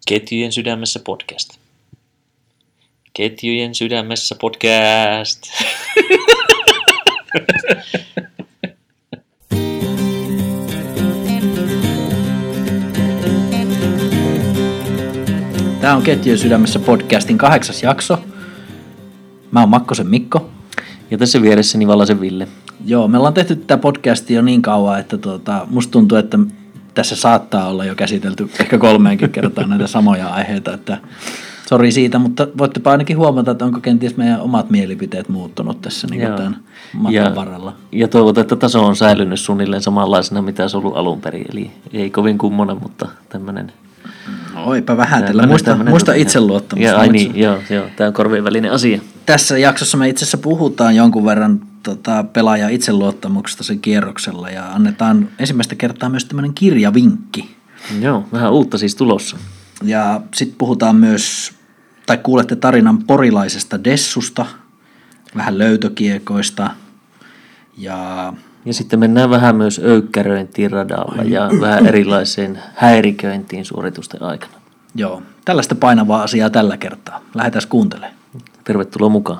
Ketjujen sydämessä podcast. Ketjujen sydämessä podcast. Tämä on Ketjujen sydämessä podcastin 8. jakso. Mä oon Makkosen Mikko. Ja tässä vieressäni Valasen Ville. Joo, me ollaan tehty tätä podcastia jo niin kauan, että musta tuntuu, että tässä saattaa olla jo käsitelty ehkä 3 kertaa näitä samoja aiheita, että sori siitä, mutta voittepa ainakin huomata, että onko kenties meidän omat mielipiteet muuttunut tässä niin tämän matkan varrella. Ja toivotaan, että taso on säilynyt suunnilleen samanlaisena, mitä se on ollut alun perin, eli ei kovin kummonen, mutta tämmöinen. No, eipä vähätellä. Muista itseluottamusta. Joo, tämä on korvien välinen asia. Tässä jaksossa me itse asiassa puhutaan jonkun verran pelaajan itseluottamuksesta sen kierroksella ja annetaan ensimmäistä kertaa myös tämmöinen kirjavinkki. Joo, vähän uutta siis tulossa. Ja sitten puhutaan myös, tai kuulette tarinan porilaisesta dessusta, vähän löytökiekoista ja sitten mennään vähän myös öykkäröintiin radalla ja vähän erilaiseen häiriköintiin suoritusten aikana. Joo, tällaista painavaa asiaa tällä kertaa. Lähdetään kuuntelemaan. Tervetuloa mukaan.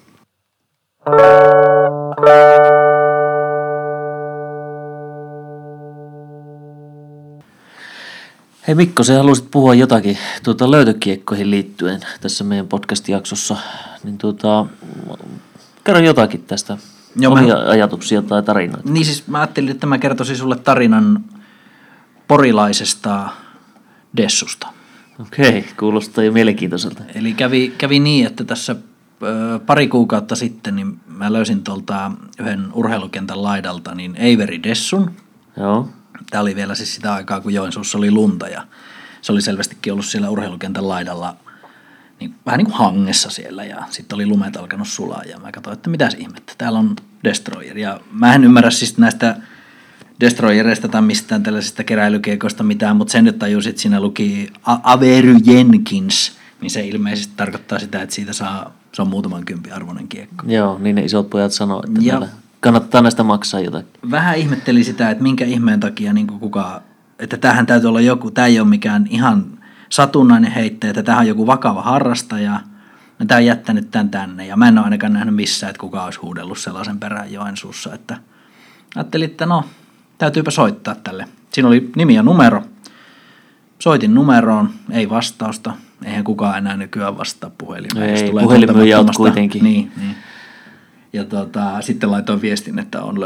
Hei Mikko, sä haluaisit puhua jotakin löytökiekkoihin liittyen tässä meidän podcast-jaksossa. Niin kerro jotakin tästä. Omia ajatuksia tai tarinoita. Niin siis mä ajattelin, että mä kertoisin sulle tarinan porilaisesta dessusta. Okei, kuulostaa jo mielenkiintoiselta. Eli kävi niin, että tässä pari kuukautta sitten niin mä löysin tuolta yhden urheilukentän laidalta niin Eiveri Dessun. Joo. Tämä oli vielä siis sitä aikaa, kun Joensuussa oli lunta ja se oli selvästikin ollut siellä urheilukentän laidalla niin, vähän niin kuin hangessa siellä ja sitten oli lumet alkanut sulaa ja mä katsoin, että mitäs ihmettä, täällä on Destroyer ja mä en ymmärrä siis näistä Destroyereista tai mistään tällaisista keräilykiekoista mitään, mutta sen nyt tajusin, että siinä luki Avery Jenkins, niin se ilmeisesti tarkoittaa sitä, että siitä se on muutaman kympin arvoinen kiekko. Joo, niin ne isot pojat sanoo, että kannattaa näistä maksaa jotakin. Vähän ihmetteli sitä, että minkä ihmeen takia niin että tämähän täytyy olla joku, tämä ei ole mikään ihan satunnainen heittäjä, että tämä on joku vakava harrastaja, ja tämä on jättänyt tämän tänne, ja mä en ole ainakaan nähnyt missään, että kukaan olisi huudellut sellaisen perään Joensuussa, että ajattelin, että täytyypä soittaa tälle. Siinä oli nimi ja numero. Soitin numeroon, ei vastausta, eihän kukaan enää nykyään vastaa puhelimeen. Ei, puhelimyöjät kuitenkin. Niin. Ja sitten laitoin viestin, että on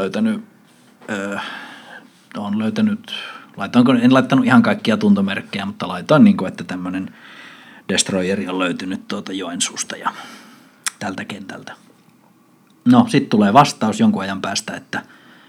löytänyt, en laittanut ihan kaikkia tuntomerkkejä, mutta laitoin, niin kuin, että tämmöinen Destroyeri on löytynyt Joensuusta ja tältä kentältä. No, sitten tulee vastaus jonkun ajan päästä, että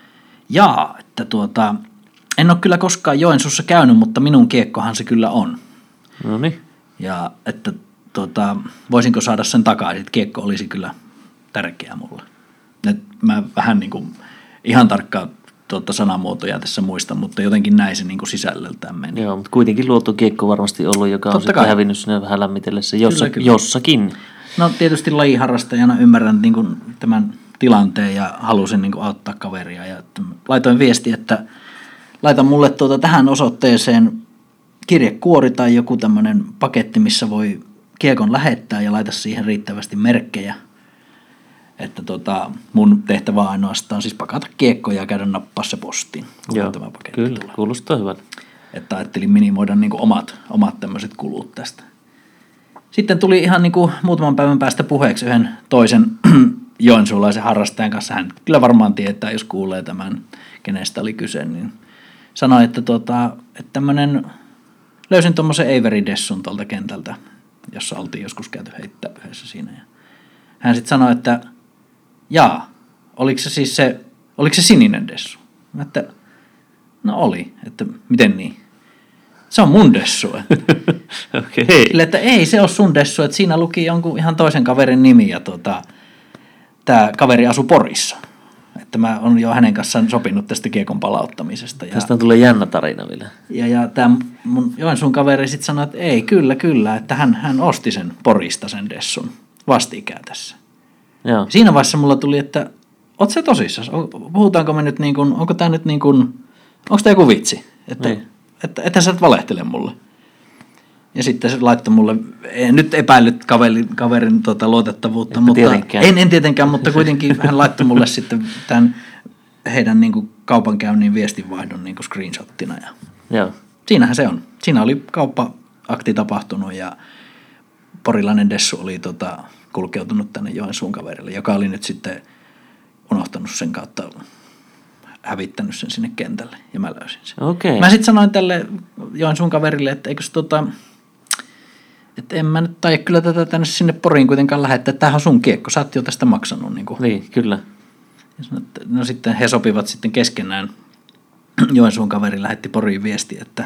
en ole kyllä koskaan Joensuussa käynyt, mutta minun kiekkohan se kyllä on. No niin. Ja että voisinko saada sen takaisin, että kiekko olisi kyllä tärkeä mulle. Mä vähän niin kuin ihan tarkkaan sanamuotoja tässä muistan, mutta jotenkin näin se niin kuin sisällöltään meni. Joo, mutta kuitenkin luottokiekko varmasti ollut, joka on sitten hävinnyt sinne vähän lämmitellessä jossakin. No tietysti lajiharrastajana ymmärrän niin kuin tämän tilanteen ja halusin niin kuin auttaa kaveria. Ja laitoin viesti, että laita mulle tähän osoitteeseen kirjekuori tai joku tämmöinen paketti, missä voi kiekon lähettää ja laita siihen riittävästi merkkejä. Että mun tehtävä ainoastaan siis pakata kiekkoja ja käydä nappaa se postiin. Joo, kyllä, tulee. Kuulostaa hyvältä. Että ajattelin minimoida niin kuin omat tämmöiset kulut tästä. Sitten tuli ihan niin kuin muutaman päivän päästä puheeksi yhden toisen joensuulaisen harrastajan kanssa. Hän kyllä varmaan tietää, jos kuulee tämän, kenestä oli kyse, niin sanoi, että löysin tuommoisen Eiveri Dessun tuolta kentältä, jossa oltiin joskus käyty heittää yhdessä siinä. Ja hän sitten sanoi, että oliko se sininen dessu? Että no oli, että miten niin? Se on mun dessu. Okei. Sille, että ei se ole sun dessu, että siinä luki jonkun ihan toisen kaverin nimi ja tämä kaveri asui Porissa. Että mä oon jo hänen kanssaan sopinut tästä kiekon palauttamisesta. Tästä tulee jännä tarina vielä. Ja tämä mun Joensuun kaveri sitten sanoi, että ei, kyllä, että hän osti sen Porista sen dessun vastikään tässä. Joo. Siinä vaiheessa mulla tuli, että oot sä tosissaan? Puhutaanko me nyt niin kuin, onko tämä nyt niin kuin, onko tämä joku vitsi? Että sä et valehtele mulle. Ja sitten se laittoi mulle, en nyt epäillyt kaverin luotettavuutta, Että mutta tietenkään. en tietenkään, mutta kuitenkin hän laittoi mulle sitten tämän heidän niin kuin kaupankäynnin viestinvaihdon niin kuin screenshottina. Ja Joo. siinähän se on. Siinä oli kauppa-akti tapahtunut ja porilainen Dessu oli kulkeutunut tänne Joensuun kaverille, joka oli nyt sitten unohtanut sen kautta, hävittänyt sen sinne kentälle ja mä löysin sen. Okei. Mä sitten sanoin tälle Joensuun kaverille, että eikös että en mä nyt taida kyllä tätä tänne sinne Poriin kuitenkaan lähettää, että tämähän on sun kiekko, sä oot jo tästä maksanut. Niin, kyllä. Ja sanoin, että no sitten he sopivat sitten keskenään, Joensuun kaveri lähetti Poriin viesti, että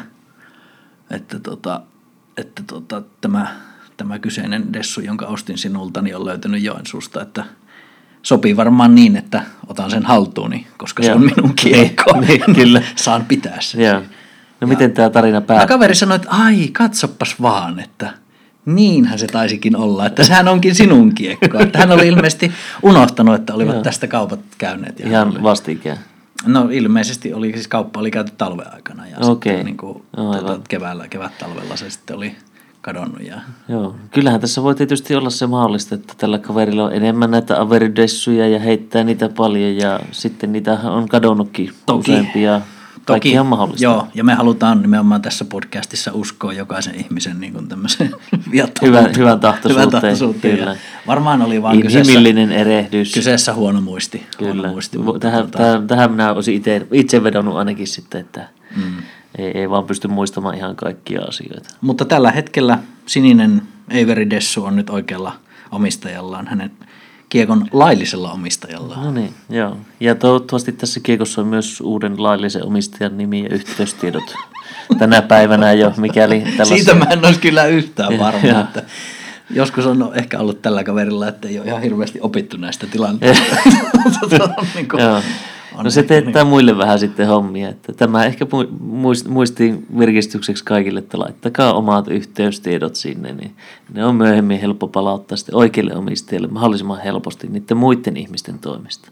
tämä kyseinen Dessu, jonka ostin sinulta, niin on löytynyt Joensuusta, että sopii varmaan niin, että otan sen haltuuni, koska se on minun kiekko. Niin, kyllä. Saan pitää sen. Joo. No miten tämä tarina päättyi? Kaveri sanoi, että ai, katsopas vaan, että niinhän se taisikin olla, että sehän onkin sinun kiekko. Että hän oli ilmeisesti unohtanut, että olivat tästä kaupat käyneet. Ihan vastikään. No ilmeisesti siis kauppa oli käyty talven aikana ja sitten niin kuin, kevät-talvella se sitten oli kadonnut. Joo, kyllähän tässä voi tietysti olla se mahdollista, että tällä kaverilla on enemmän näitä averidessuja ja heittää niitä paljon ja sitten niitä on kadonnutkin useampia. Kaikki ihan mahdollista. Joo, ja me halutaan nimenomaan tässä podcastissa uskoa jokaisen ihmisen niin kuin tämmöiseen hyvän tahtoisuuteen. Kyllä. Varmaan oli vaan inhimillinen erehdys. Kyseessä huono muisti. Kyllä. Tähän minä olisin itse vedonnut ainakin sitten, että ei vaan pysty muistamaan ihan kaikkia asioita. Mutta tällä hetkellä sininen Avery Dessu on nyt oikealla omistajallaan, hänen kiekon laillisella omistajallaan. No niin, joo. Ja toivottavasti tässä kiekossa on myös uuden laillisen omistajan nimi ja yhteystiedot tänä päivänä jo, mikäli tällaisia... Siitä mä en olisi kyllä yhtään varma, että joskus on ehkä ollut tällä kaverilla, että ei ole ihan hirveästi opittu näistä tilanteista. Joo. No se teettää muille vähän sitten hommia, että tämä ehkä muistiin virkistykseksi kaikille, että laittakaa omat yhteystiedot sinne, niin ne on myöhemmin helppo palauttaa sitten oikeille omistajille mahdollisimman helposti niiden muiden ihmisten toimesta.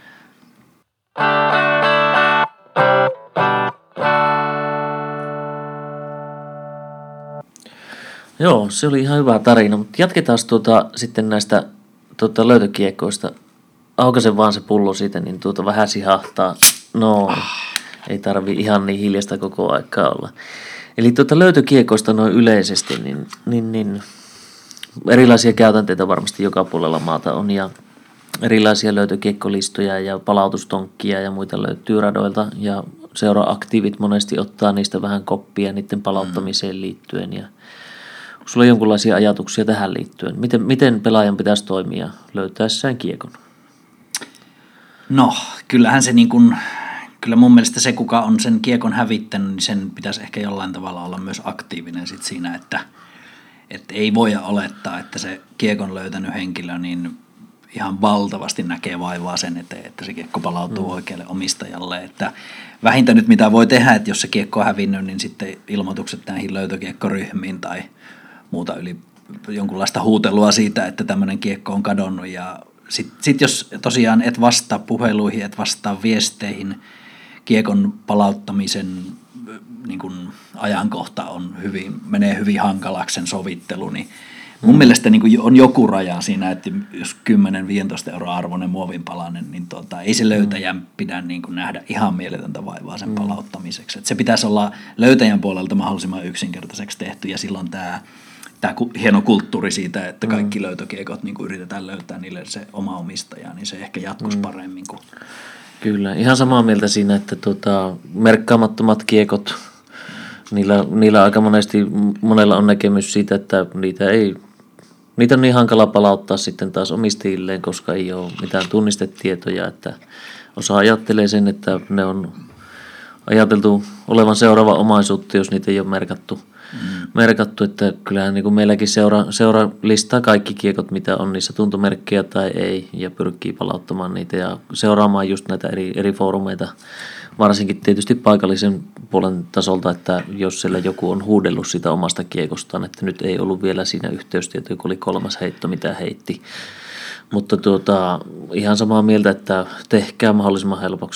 Joo, se oli ihan hyvä tarina, mutta jatketaan sitten näistä löytökiekkoista. Aukasen vaan se pullo siitä, niin vähän sihahtaa. No, ei tarvi ihan niin hiljasta koko aikaa olla. Eli löytökiekoista noin yleisesti, niin erilaisia käytänteitä varmasti joka puolella maata on, ja erilaisia löytökiekkolistoja ja palautustonkkia ja muita löytyy radoilta, ja seura-aktiivit monesti ottaa niistä vähän koppia niiden palauttamiseen liittyen, ja onko sulla jonkinlaisia ajatuksia tähän liittyen? Miten pelaajan pitäisi toimia löytäessään kiekon? No, kyllähän se niin kuin, kyllä mun mielestä se, kuka on sen kiekon hävittänyt, niin sen pitäisi ehkä jollain tavalla olla myös aktiivinen sit siinä, että ei voi olettaa, että se kiekon löytänyt henkilö niin ihan valtavasti näkee vaivaa sen eteen, että se kiekko palautuu oikealle omistajalle. Että vähintä nyt mitä voi tehdä, että jos se kiekko on hävinnyt, niin sitten ilmoitukset näihin löytökiekkoryhmiin tai muuta jonkunlaista huutelua siitä, että tämmöinen kiekko on kadonnut. Ja sitten jos tosiaan et vastaa puheluihin, et vastaa viesteihin, kiekon palauttamisen niin kun ajankohta menee hyvin hankalaksi sen sovittelu, niin mun mielestä niin kun on joku raja siinä, että jos 10-15 € arvoinen muovinpalanen, niin ei se löytäjän pidä niin kun nähdä ihan mieletöntä vaivaa sen palauttamiseksi. Et se pitäisi olla löytäjän puolelta mahdollisimman yksinkertaiseksi tehty, ja silloin tämä hieno kulttuuri siitä, että kaikki löytökiekot niin yritetään löytää niille se oma omistaja, niin se ehkä jatkuisi paremmin kuin... Kyllä, ihan samaa mieltä siinä, että merkkaamattomat kiekot, niillä aika monella on näkemys siitä, että niitä on niin hankala palauttaa sitten taas omistajilleen, koska ei ole mitään tunnistetietoja, että osa ajattelee sen, että ne on ajateltu olevan seuraava omaisuutta, jos niitä ei ole merkattu, että kyllähän niin kuin meilläkin seura listaa kaikki kiekot, mitä on niissä tuntomerkkejä tai ei, ja pyrkii palauttamaan niitä ja seuraamaan just näitä eri foorumeita, varsinkin tietysti paikallisen puolen tasolta, että jos siellä joku on huudellut sitä omasta kiekostaan, että nyt ei ollut vielä siinä yhteystieto, joka oli 3. heitto, mitä heitti. Mutta ihan samaa mieltä, että tehkää mahdollisimman helpoksi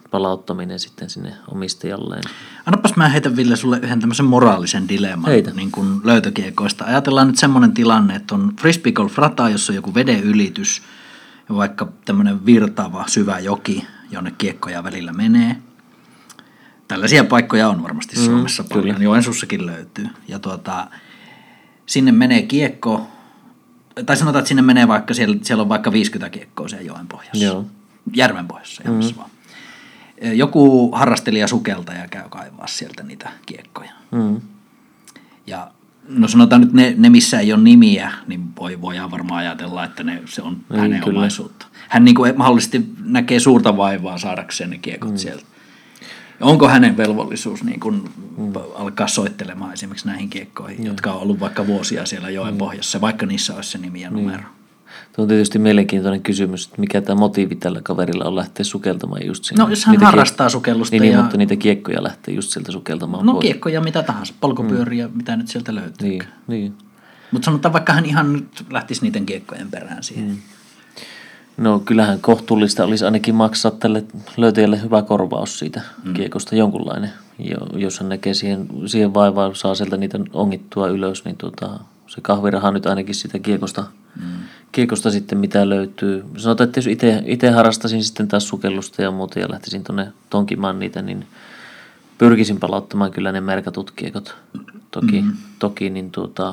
palauttaminen sitten sinne omistajalleen. Annapas mä heitän, Ville, sulle yhden tämmöisen moraalisen dilemman niin kuin löytökiekoista. Ajatellaan nyt semmoinen tilanne, että on frisbee golf rata, jossa on joku veden ylitys ja vaikka tämmöinen virtaava syvä joki, jonne kiekkoja välillä menee. Tällaisia paikkoja on varmasti Suomessa paljon, Joensuussakin löytyy. Ja sinne menee kiekko, tai sanotaan, että sinne menee vaikka, siellä on vaikka 50 kiekkoa siellä joen pohjassa. Joo. Järven pohjassa, vaan. Joku harrastelija sukeltaja käy kaivaa sieltä niitä kiekkoja. Ja no sanotaan nyt ne missä ei ole nimiä, niin voidaan varmaan ajatella, että se on hänen omaisuutta. Hän niin kuin mahdollisesti näkee suurta vaivaa saadakseen ne kiekot sieltä. Ja onko hänen velvollisuus niin kuin alkaa soittelemaan esimerkiksi näihin kiekkoihin, jotka on ollut vaikka vuosia siellä joen pohjassa, vaikka niissä olisi se nimi ja numero? Tuo on tietysti mielenkiintoinen kysymys, että mikä tämä motiivi tällä kaverilla on lähteä sukeltamaan just sinne. No jos hän harrastaa sukellusta. Niin, mutta niitä kiekkoja lähtee just sieltä sukeltamaan pois. Kiekkoja mitä tahansa, polkupyöriä, mitä nyt sieltä löytyy. Niin. Mutta sanotaan vaikka hän ihan nyt lähtisi niiden kiekkojen perään siihen. No kyllähän kohtuullista olisi ainakin maksaa tälle löytäjälle hyvä korvaus siitä kiekosta jonkunlainen. Jos hän näkee siihen vaivaa, saa sieltä niitä ongittua ylös, niin se kahviraha nyt ainakin sitä kiekosta sitten mitä löytyy. Sanotaan, että jos itse harrastasin sitten taas sukellusta ja muuta ja lähtisin tuonne tonkimaan niitä, niin pyrkisin palauttamaan kyllä ne merkatut kiekot toki niin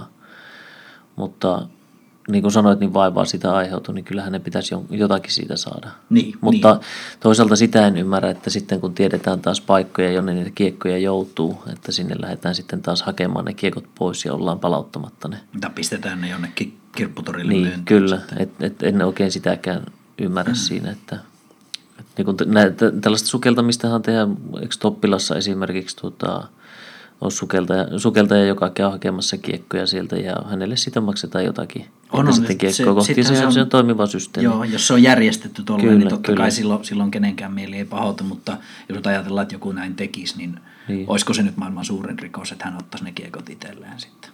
mutta niin kuin sanoit, niin vaivaa sitä aiheutuu, niin kyllähän ne pitäisi jotakin siitä saada. Mutta toisaalta sitä en ymmärrä, että sitten kun tiedetään taas paikkoja, jonne niitä kiekkoja joutuu, että sinne lähdetään sitten taas hakemaan ne kiekot pois ja ollaan palauttamatta ne. Tai pistetään ne jonnekin kirpputorille myyntiin. Kyllä, en oikein sitäkään ymmärrä siinä, että niin kun tällaista sukeltamistahan tehdään, eikö Toppilassa esimerkiksi on sukeltaja, joka käy hakemassa kiekkoja sieltä ja hänelle siitä maksetaan jotakin. On sitten kiekkoa kohti se on toimiva systeemi. Joo, jos se on järjestetty tolleen, niin totta kai silloin kenenkään mieli ei pahoita, mutta jos ajatellaan, että joku näin tekisi, niin olisiko se nyt maailman suurin rikos, että hän ottaisi ne kiekot itselleen sitten?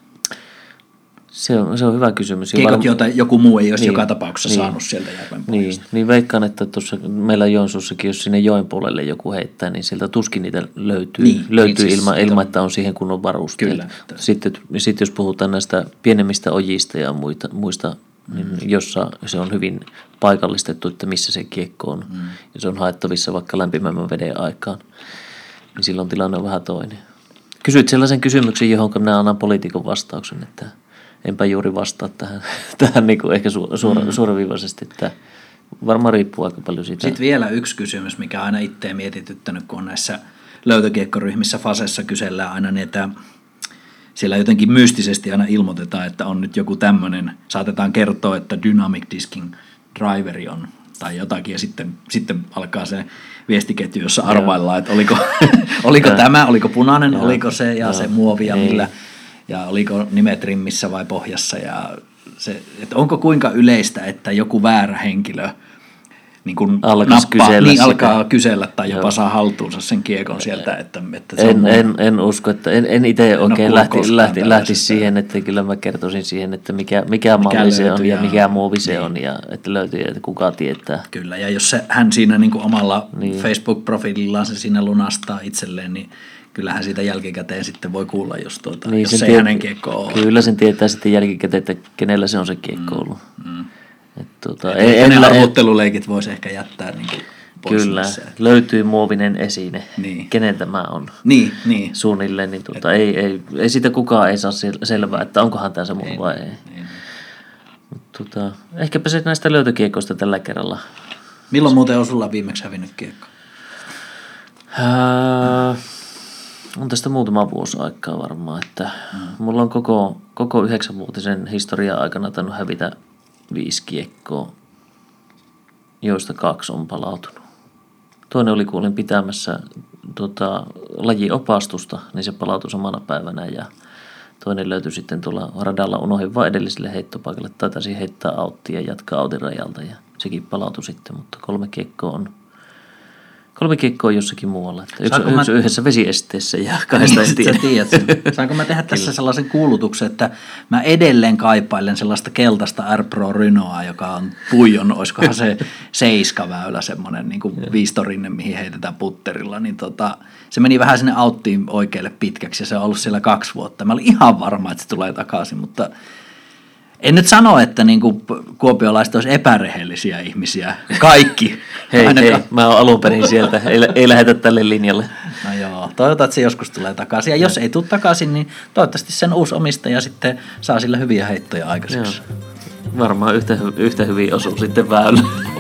Se on hyvä kysymys. Kiekot, joita joku muu ei olisi joka tapauksessa saanut sieltä järven pohjasta. Niin veikkaan, että tuossa meillä Joensuussakin, jos sinne joen puolelle joku heittää, niin sieltä tuskin niitä löytyy ilman, että on siihen kunnon varusteet. Kyllä. Sitten jos puhutaan näistä pienemmistä ojista ja muista, niin jossa se on hyvin paikallistettu, että missä se kiekko on, ja se on haettavissa vaikka lämpimämmän veden aikaan, niin silloin tilanne on vähän toinen. Kysyt sellaisen kysymyksen, johon minä annan poliitikon vastauksen, että enpä juuri vastaa tähän niin kuin ehkä suoraviivaisesti, että varmaan riippuu aika paljon siitä. Sitten vielä yksi kysymys, mikä on aina itseä mietityttänyt, kun on näissä löytökiekkoryhmissä fasessa kysellään aina niitä, siellä jotenkin mystisesti aina ilmoitetaan, että on nyt joku tämmöinen, saatetaan kertoa, että dynamic disking driveri on tai jotakin, ja sitten alkaa se viestiketju, jossa arvaillaan, että oliko tämä, oliko punainen, oliko se ja se muovi ja millä. Ja oliko nimet rimmissä vai pohjassa ja se, että onko kuinka yleistä, että joku väärä henkilö niin kun alkaa kysellä tai jopa saa haltuunsa sen kiekon sieltä, että se en usko, että en itse oikein lähtisi siihen, että kyllä mä kertoisin siihen, että mikä malli se on ja mikä muovi se on ja että löytyy, että kuka tietää. Kyllä, ja jos hän siinä niin kuin omalla Facebook-profiilillaan se siinä lunastaa itselleen, niin kyllähän siitä jälkikäteen sitten voi kuulla, jos jos ei hänen kiekko ole. Kyllä sen tietää sitten jälkikäteen, että kenellä se on se kiekko ollut. Ne arvotteluleikit voisi ehkä jättää niin pois. Kyllä, löytyy muovinen esine. Niin. Kenen tämä on? Niin. Suunnilleen. Niin ei siitä kukaan ei saa selvää, että onkohan tämä se mun vai ei. Ehkäpä se näistä löytökiekoista tällä kerralla. Milloin muuten on sulla viimeksi hävinnyt kiekko? On tästä muutama vuosi aikaa varmaan, että mulla on koko 9-vuotisen historian aikana tainnut hävitä 5 kiekkoa, joista 2 on palautunut. Toinen oli, kun olin pitämässä lajiopastusta, niin se palautui samana päivänä ja toinen löytyi sitten tuolla radalla, unohdin vaan edelliselle heittopaikalle, taitaisin heittää auttia ja jatkaa autin rajalta ja sekin palautui sitten, mutta 3 kiekkoa on 3 kiekkoa on jossakin muualla. Että yksi yhdessä vesiesteessä ja 2 en tiedä. Saanko mä tehdä tässä sellaisen kuulutuksen, että mä edelleen kaipailen sellaista keltaista R Pro Rynoa, joka on puijon, olisikohan se 7-väylä, semmoinen niin kuin viistorinne, mihin heitetään putterilla. Niin se meni vähän sinne auttiin oikealle pitkäksi ja se on ollut siellä 2 vuotta. Mä olin ihan varma, että se tulee takaisin, mutta en nyt sano, että niinku kuopiolaiset olisi epärehellisiä ihmisiä. Kaikki. hei, mä oon alun perin sieltä. Ei lähetä tälle linjalle. No joo, toivotaan, että se joskus tulee takaisin. Ja jos ei tule takaisin, niin toivottavasti sen uusi omistaja sitten saa sillä hyviä heittoja aikaiseksi. Joo. Varmaan yhtä hyvin osuu sitten väylä.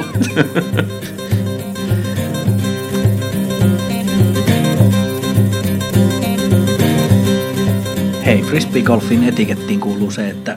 Hei, frisbeegolfin etikettiin kuuluu se, että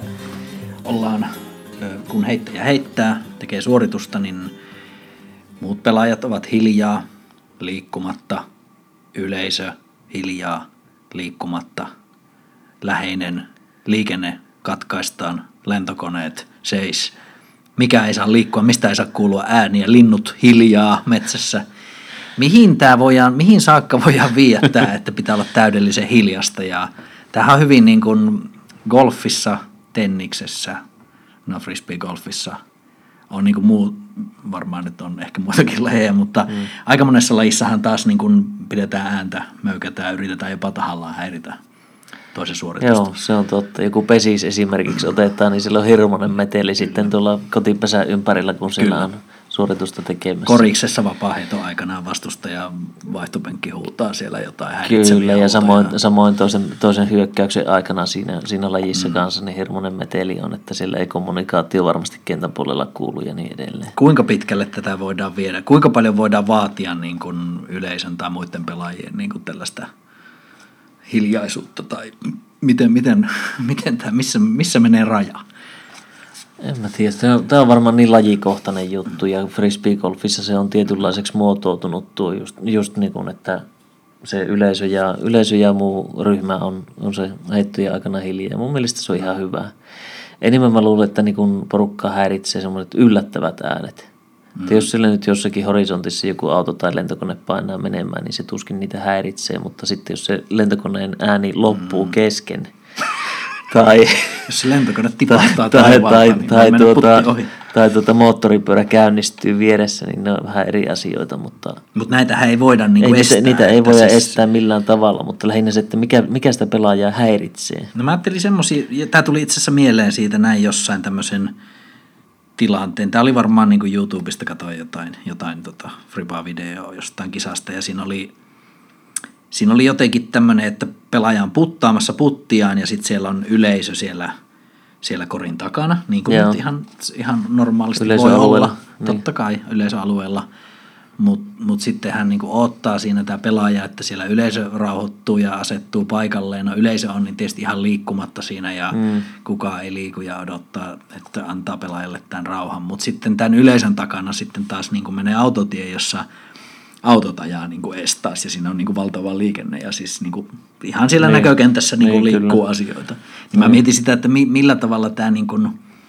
kun heittäjä heittää, tekee suoritusta, niin muut pelaajat ovat hiljaa, liikkumatta, yleisö hiljaa, liikkumatta, läheinen liikenne katkaistaan, lentokoneet seis, mikä ei saa liikkua, mistä ei saa kuulua ääniä, linnut hiljaa metsässä. Mihin saakka voidaan viiättää, että pitää olla täydellisen hiljasta, ja tämähän on hyvin niin kuin golfissa, tenniksessä, no frisbeegolfissa on niin kuin muu, varmaan nyt on ehkä muitakin lajeja, mutta aika monessa lajissahan taas niin kuin pidetään ääntä, möykätään, yritetään jopa tahallaan häiritä toisen suoritusta. Joo, se on totta. Joku pesis esimerkiksi otetaan, niin sillä on hirmoinen meteli sitten tuolla kotipesän ympärillä, kun siellä on suoritusta tekemässä. Koriksessa vapaa-heiton aikanaan vastustaja vaihtopenkki huutaa siellä jotain häiritseviä. Kyllä, ja samoin toisen hyökkäyksen aikana siinä lajissa kanssa niin hirmuinen meteli on, että siellä ei kommunikaatio varmasti kentän puolella kuulu ja niin edelleen. Kuinka pitkälle tätä voidaan viedä? Kuinka paljon voidaan vaatia niin kuin yleisön tai muiden pelaajien niin kuin tällaista hiljaisuutta? Tai missä menee raja? En mä tiedä. Tämä on varmaan niin lajikohtainen juttu, ja frisbeegolfissa se on tietynlaiseksi muotoutunut tuo just niin kuin, että se yleisö ja muu ryhmä on se heittojen aikana hiljaa. Ja mun mielestä se on ihan hyvä. Enemmän mä luulen, että niin kun porukkaa häiritsee semmoiset yllättävät äänet. Että jos sillä nyt jossakin horisontissa joku auto tai lentokone painaa menemään, niin se tuskin niitä häiritsee, mutta sitten jos se lentokoneen ääni loppuu kesken, tai jos se lentokone tipahtaa tai moottoripyörä käynnistyy vieressä, niin ne on vähän eri asioita. Mutta näitähän ei voida estää. Niitä ei voida estää millään tavalla, mutta lähinnä se, että mikä sitä pelaajaa häiritsee. No mä ajattelin semmoisia, ja tämä tuli itse asiassa mieleen siitä näin jossain tämmöisen tilanteen. Tämä oli varmaan niin kuin YouTubesta, katsoin jotain Friba-videoa jostain kisasta, ja siinä oli jotenkin tämmöinen, että pelaaja on puttaamassa puttiaan ja sitten siellä on yleisö siellä korin takana, niin kuin nyt ihan normaalisti voi olla, totta kai yleisöalueella, mutta sitten hän niin kuin odottaa siinä tämä pelaaja, että siellä yleisö rauhoittuu ja asettuu paikalleen. No yleisö on niin tietysti ihan liikkumatta siinä ja kukaan ei liiku ja odottaa, että antaa pelaajalle tämän rauhan, mutta sitten tämän yleisön takana sitten taas niin kuin menee autotie, jossa autot ajaa niin kuin estaas ja siinä on niin kuin valtava liikenne ja siis niin kuin ihan siellä näkökentässä niin kuin liikkuu kyllä asioita. Niin mä mietin sitä, että millä tavalla tämä niin kuin,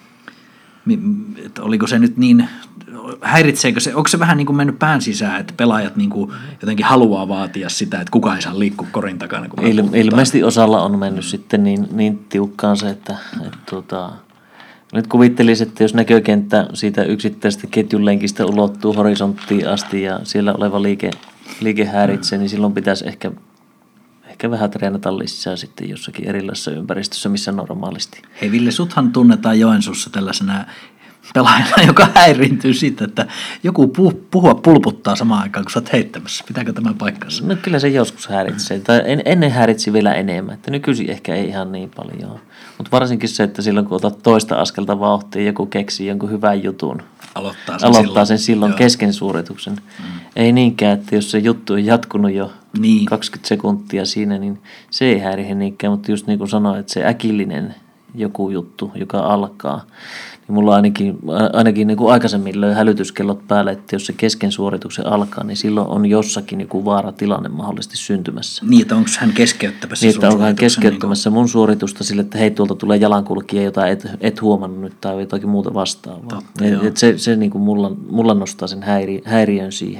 että oliko se nyt niin, häiritseekö se, onko se vähän niin kuin mennyt pään sisään, että pelaajat niin kuin jotenkin haluaa vaatia sitä, että kukaan ei saa liikkua korin takana. Ilmeisesti osalla on mennyt sitten niin tiukkaan se, että nyt kuvittelisin, että jos näkökenttä siitä yksittäisestä ketjunlenkistä ulottuu horisonttiin asti ja siellä oleva liike häiritsee, niin silloin pitäisi ehkä vähän treenata lisää sitten jossakin erilaisessa ympäristössä, missä normaalisti. Hei Ville, suthan tunnetaan Joensuussa tällaisena pelaajana, joka häiriintyy siitä, että joku puhua pulputtaa samaan aikaan, kun sä oot heittämässä. Pitääkö tämä paikkansa? No kyllä se joskus häiritsee. Tai ennen häiritsi vielä enemmän, että nykyisin ehkä ei ihan niin paljon. Mutta varsinkin se, että silloin kun otat toista askelta vauhtia, joku keksii jonkun hyvän jutun. Aloittaa sen silloin kesken suorituksen. Ei niinkään, että jos se juttu on jatkunut jo 20 sekuntia siinä, niin se ei häirihe niinkään. Mutta just niin kuin sanoin, että se äkillinen joku juttu, joka alkaa, niin mulla ainakin niin kuin aikaisemmin löi hälytyskellot päälle, että jos se kesken suorituksen alkaa, niin silloin on jossakin joku vaaratilanne mahdollisesti syntymässä. Niin, että onko hän keskeyttämässä niin, onko hän keskeyttämässä mun suoritusta sille, että hei, tuolta tulee jalankulkija, jota et huomannut nyt tai jotakin muuta vastaavaa. Se niin kuin mulla nostaa sen häiriön siihen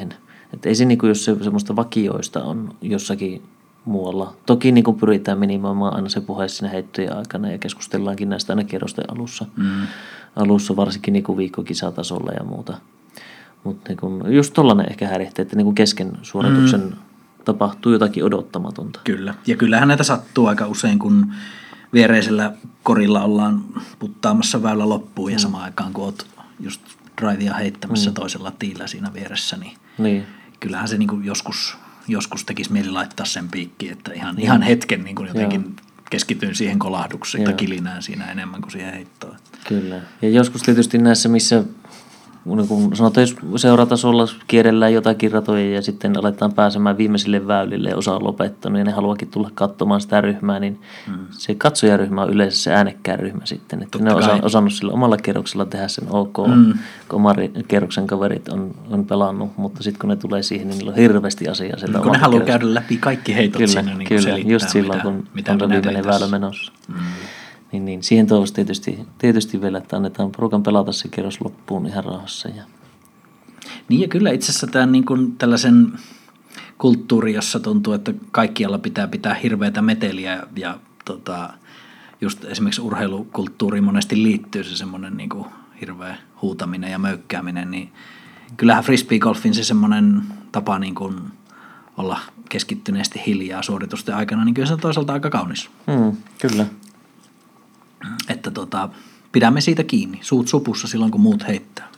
Että ei se, niin kuin, jos se semmoista vakioista on jossakin muualla. Toki niin kuin pyritään minimoimaan aina se puhe siinä heittojen aikana ja keskustellaankin näistä aina kierrosten alussa varsinkin niin kuin viikkokisatasolla ja muuta. Mutta niin just tollainen ehkä häiritsee, että niin kuin kesken suorituksen tapahtuu jotakin odottamatonta. Kyllä. Ja kyllähän näitä sattuu aika usein, kun viereisellä korilla ollaan puttaamassa väylä loppuun ja samaan aikaan, kun oot just drivea heittämässä toisella tiillä siinä vieressä, niin. Kyllähän se niin kuin joskus tekisi mieli laittaa sen piikkiin, että ihan hetken niin kuin jotenkin keskityn siihen kolahdukseen tai kilinään siinä enemmän kuin siihen heittoon. Kyllä. Ja joskus tietysti näissä, missä kun sanotaan, jos seuratasolla kierrellään jotakin ratoja ja sitten aletaan pääsemään viimeisille väylille ja osa on lopettanut ja ne haluakin tulla katsomaan sitä ryhmää, niin se katsojaryhmä on yleensä se äänekkään ryhmä sitten. Että ne on osannut sillä omalla kierroksella tehdä sen ok, kun oman kierroksen kaverit on pelannut, mutta sitten kun ne tulee siihen, niin niillä on hirveästi asiaa. Kun ne haluaa käydä läpi kaikki heitot kyllä, siinä, niin kyllä, just silloin, kun on viimeinen väylä menossa. Niin, siihen toivoisi tietysti vielä, että annetaan porukan pelata se kierros loppuun ihan rauhassa. Niin ja kyllä itse asiassa tämä niin kuin tällaisen kulttuuri, jossa tuntuu, että kaikkialla pitää hirveätä meteliä ja just esimerkiksi urheilukulttuuriin monesti liittyy se semmoinen niin kuin hirveä huutaminen ja möykkääminen, niin kyllähän frisbeegolfin se semmoinen tapa niin kuin olla keskittyneesti hiljaa suoritusten aikana, niin kyllä se on toisaalta aika kaunis. Kyllä. Että pidämme siitä kiinni, suut supussa silloin kun muut heittää.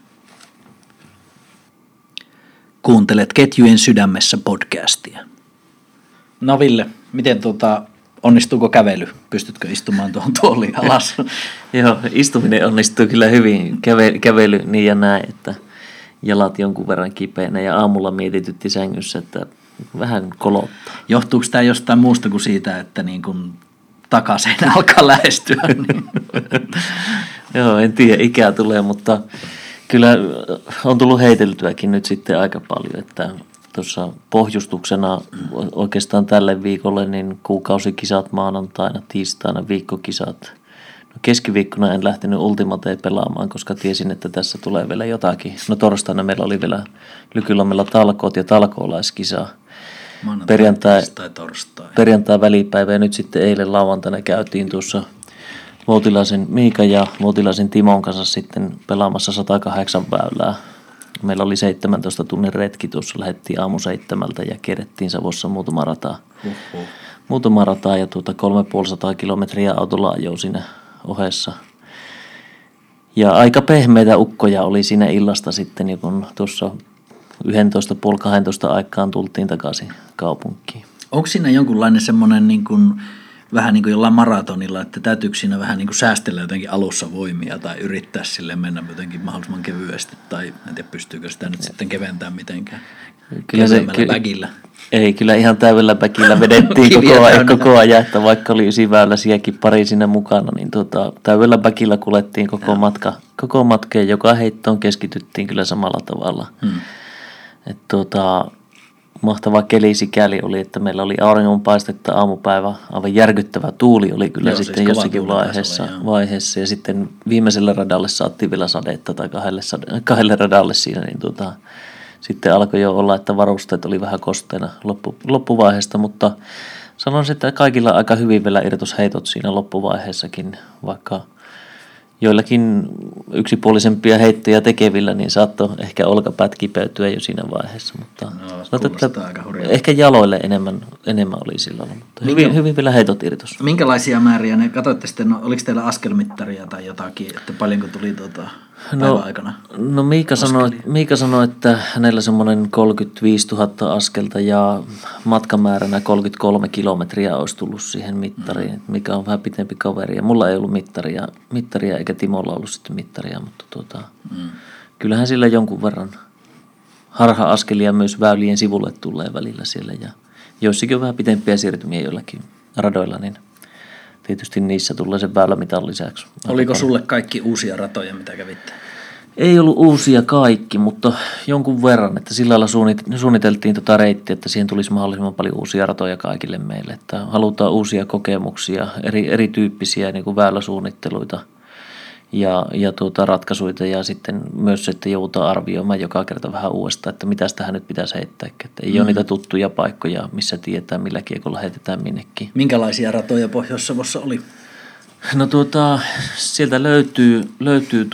Kuuntelet Ketjujen sydämessä podcastia. No Ville, miten onnistuuko kävely? Pystytkö istumaan tuohon tuoliin alas? Joo, istuminen onnistuu kyllä hyvin. Kävely niin ja näin, että jalat jonkun verran kipeänä ja aamulla mietitytti sängyssä, että vähän kolottaa. Johtuuko tämä jostain muusta kuin siitä, että niin kun takaisin alkaa lähestyä? Niin. Joo, en tiedä, ikää tulee, mutta kyllä on tullut heiteltyäkin nyt sitten aika paljon, että tuossa pohjustuksena oikeastaan tälle viikolle niin kuukausikisat maanantaina, tiistaina viikkokisat. No keskiviikkona en lähtenyt Ultimateen pelaamaan, koska tiesin, että tässä tulee vielä jotakin. No torstaina meillä oli vielä Lykylammella talkoot ja talkoolaiskisa. Perjantai välipäivä ja nyt sitten eilen lauantaina käytiin tuossa Voutilaisen Miikan ja Voutilaisen Timon kanssa sitten pelaamassa 108 väylää. Meillä oli 17 tunnin retki tuossa, lähdettiin aamu 7 ja kierrettiin Savossa muutama rataa ja 350 kilometriä autolla ajoi siinä ohessa. Ja aika pehmeitä ukkoja oli siinä illasta sitten, kun tuossa 11.30-12 aikaan tultiin takaisin kaupunkiin. Onko siinä jonkunlainen semmoinen niin kuin vähän niin kuin jollain maratonilla, että täytyykö siinä vähän niin kuin säästellä jotenkin alussa voimia tai yrittää silleen mennä jotenkin mahdollisimman kevyesti tai en tiedä pystyykö sitä nyt sitten keventämään mitenkään kevyemmällä vägillä? Ei, kyllä ihan täydellä väkillä vedettiin koko ajan, että vaikka oli ysiväyläisiäkin pari siinä mukana, niin täydellä väkillä kulettiin koko matka ja joka heittoon keskityttiin kyllä samalla tavalla. Mahtava keli sikäli oli, että meillä oli auringonpaistetta aamupäivä, aivan järkyttävä tuuli oli kyllä sitten siis jossakin vaiheessa ja sitten viimeiselle radalle saatiin vielä sadetta tai kahdelle radalle siinä, niin sitten alkoi jo olla, että varusteet oli vähän kosteena loppuvaiheesta, mutta sanoisin, että kaikilla aika hyvin vielä irtosheitot siinä loppuvaiheessakin, vaikka joillakin yksipuolisempia heittoja tekevillä, niin saattoi ehkä olkapäät kipeytyä jo siinä vaiheessa, mutta ehkä jaloille enemmän oli silloin, mutta hyvin vielä heitot irtos. Minkälaisia määriä ne, katsoitte sitten, oliko teillä askelmittaria tai jotakin, että paljonko tuli päivän aikana? No Miika sanoi, että hänellä semmoinen 35 000 askelta ja matkamääränä 33 kilometriä olisi tullut siihen mittariin, mikä on vähän pitempi kaveri. Ja mulla ei ollut mittaria eikä Timolla ollut sitten mittaria, mutta kyllähän sillä jonkun verran harha-askelia myös väylien sivulle tulee välillä siellä. Ja joissakin on vähän pitempiä siirtymiä joillakin radoilla, niin tietysti niissä tulee sen väylämitan lisäksi. Oliko sulle kaikki uusia ratoja, mitä kävitte? Ei ollut uusia kaikki, mutta jonkun verran, että sillä lailla suunniteltiin reittiä, että siihen tulisi mahdollisimman paljon uusia ratoja kaikille meille. Että halutaan uusia kokemuksia, erityyppisiä niin kuin väyläsuunnitteluita. ja ratkaisuja ja sitten myös se, että joudutaan arvioimaan joka kerta vähän uudestaan, että mitä tähän nyt pitäisi heittää. Että ei ole niitä tuttuja paikkoja, missä tietää, millä kiekolla heitetään minnekin. Minkälaisia ratoja Pohjois-Savossa oli? No sieltä löytyy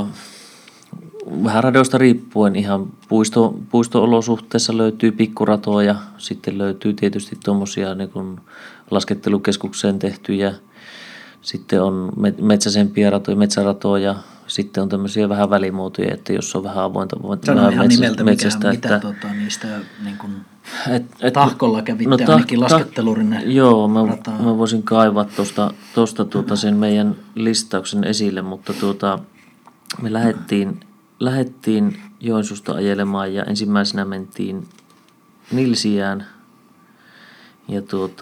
vähän radoista riippuen ihan puisto-olosuhteissa löytyy pikkuratoja, sitten löytyy tietysti tuommoisia niin kuin laskettelukeskukseen tehtyjä, sitten on metsäisempiä ratoja, metsäratoja, sitten on tämmöisiä vähän välimuotoja, että jos on vähän avointa ihan nimeltä, metsästä. Mitä niistä niin kuin Tahkolla kävitte ainakin laskettelurinne. Joo, mä voisin kaivaa tuosta sen meidän listauksen esille, mutta me lähdettiin Joensuusta ajelemaan ja ensimmäisenä mentiin Nilsiään ja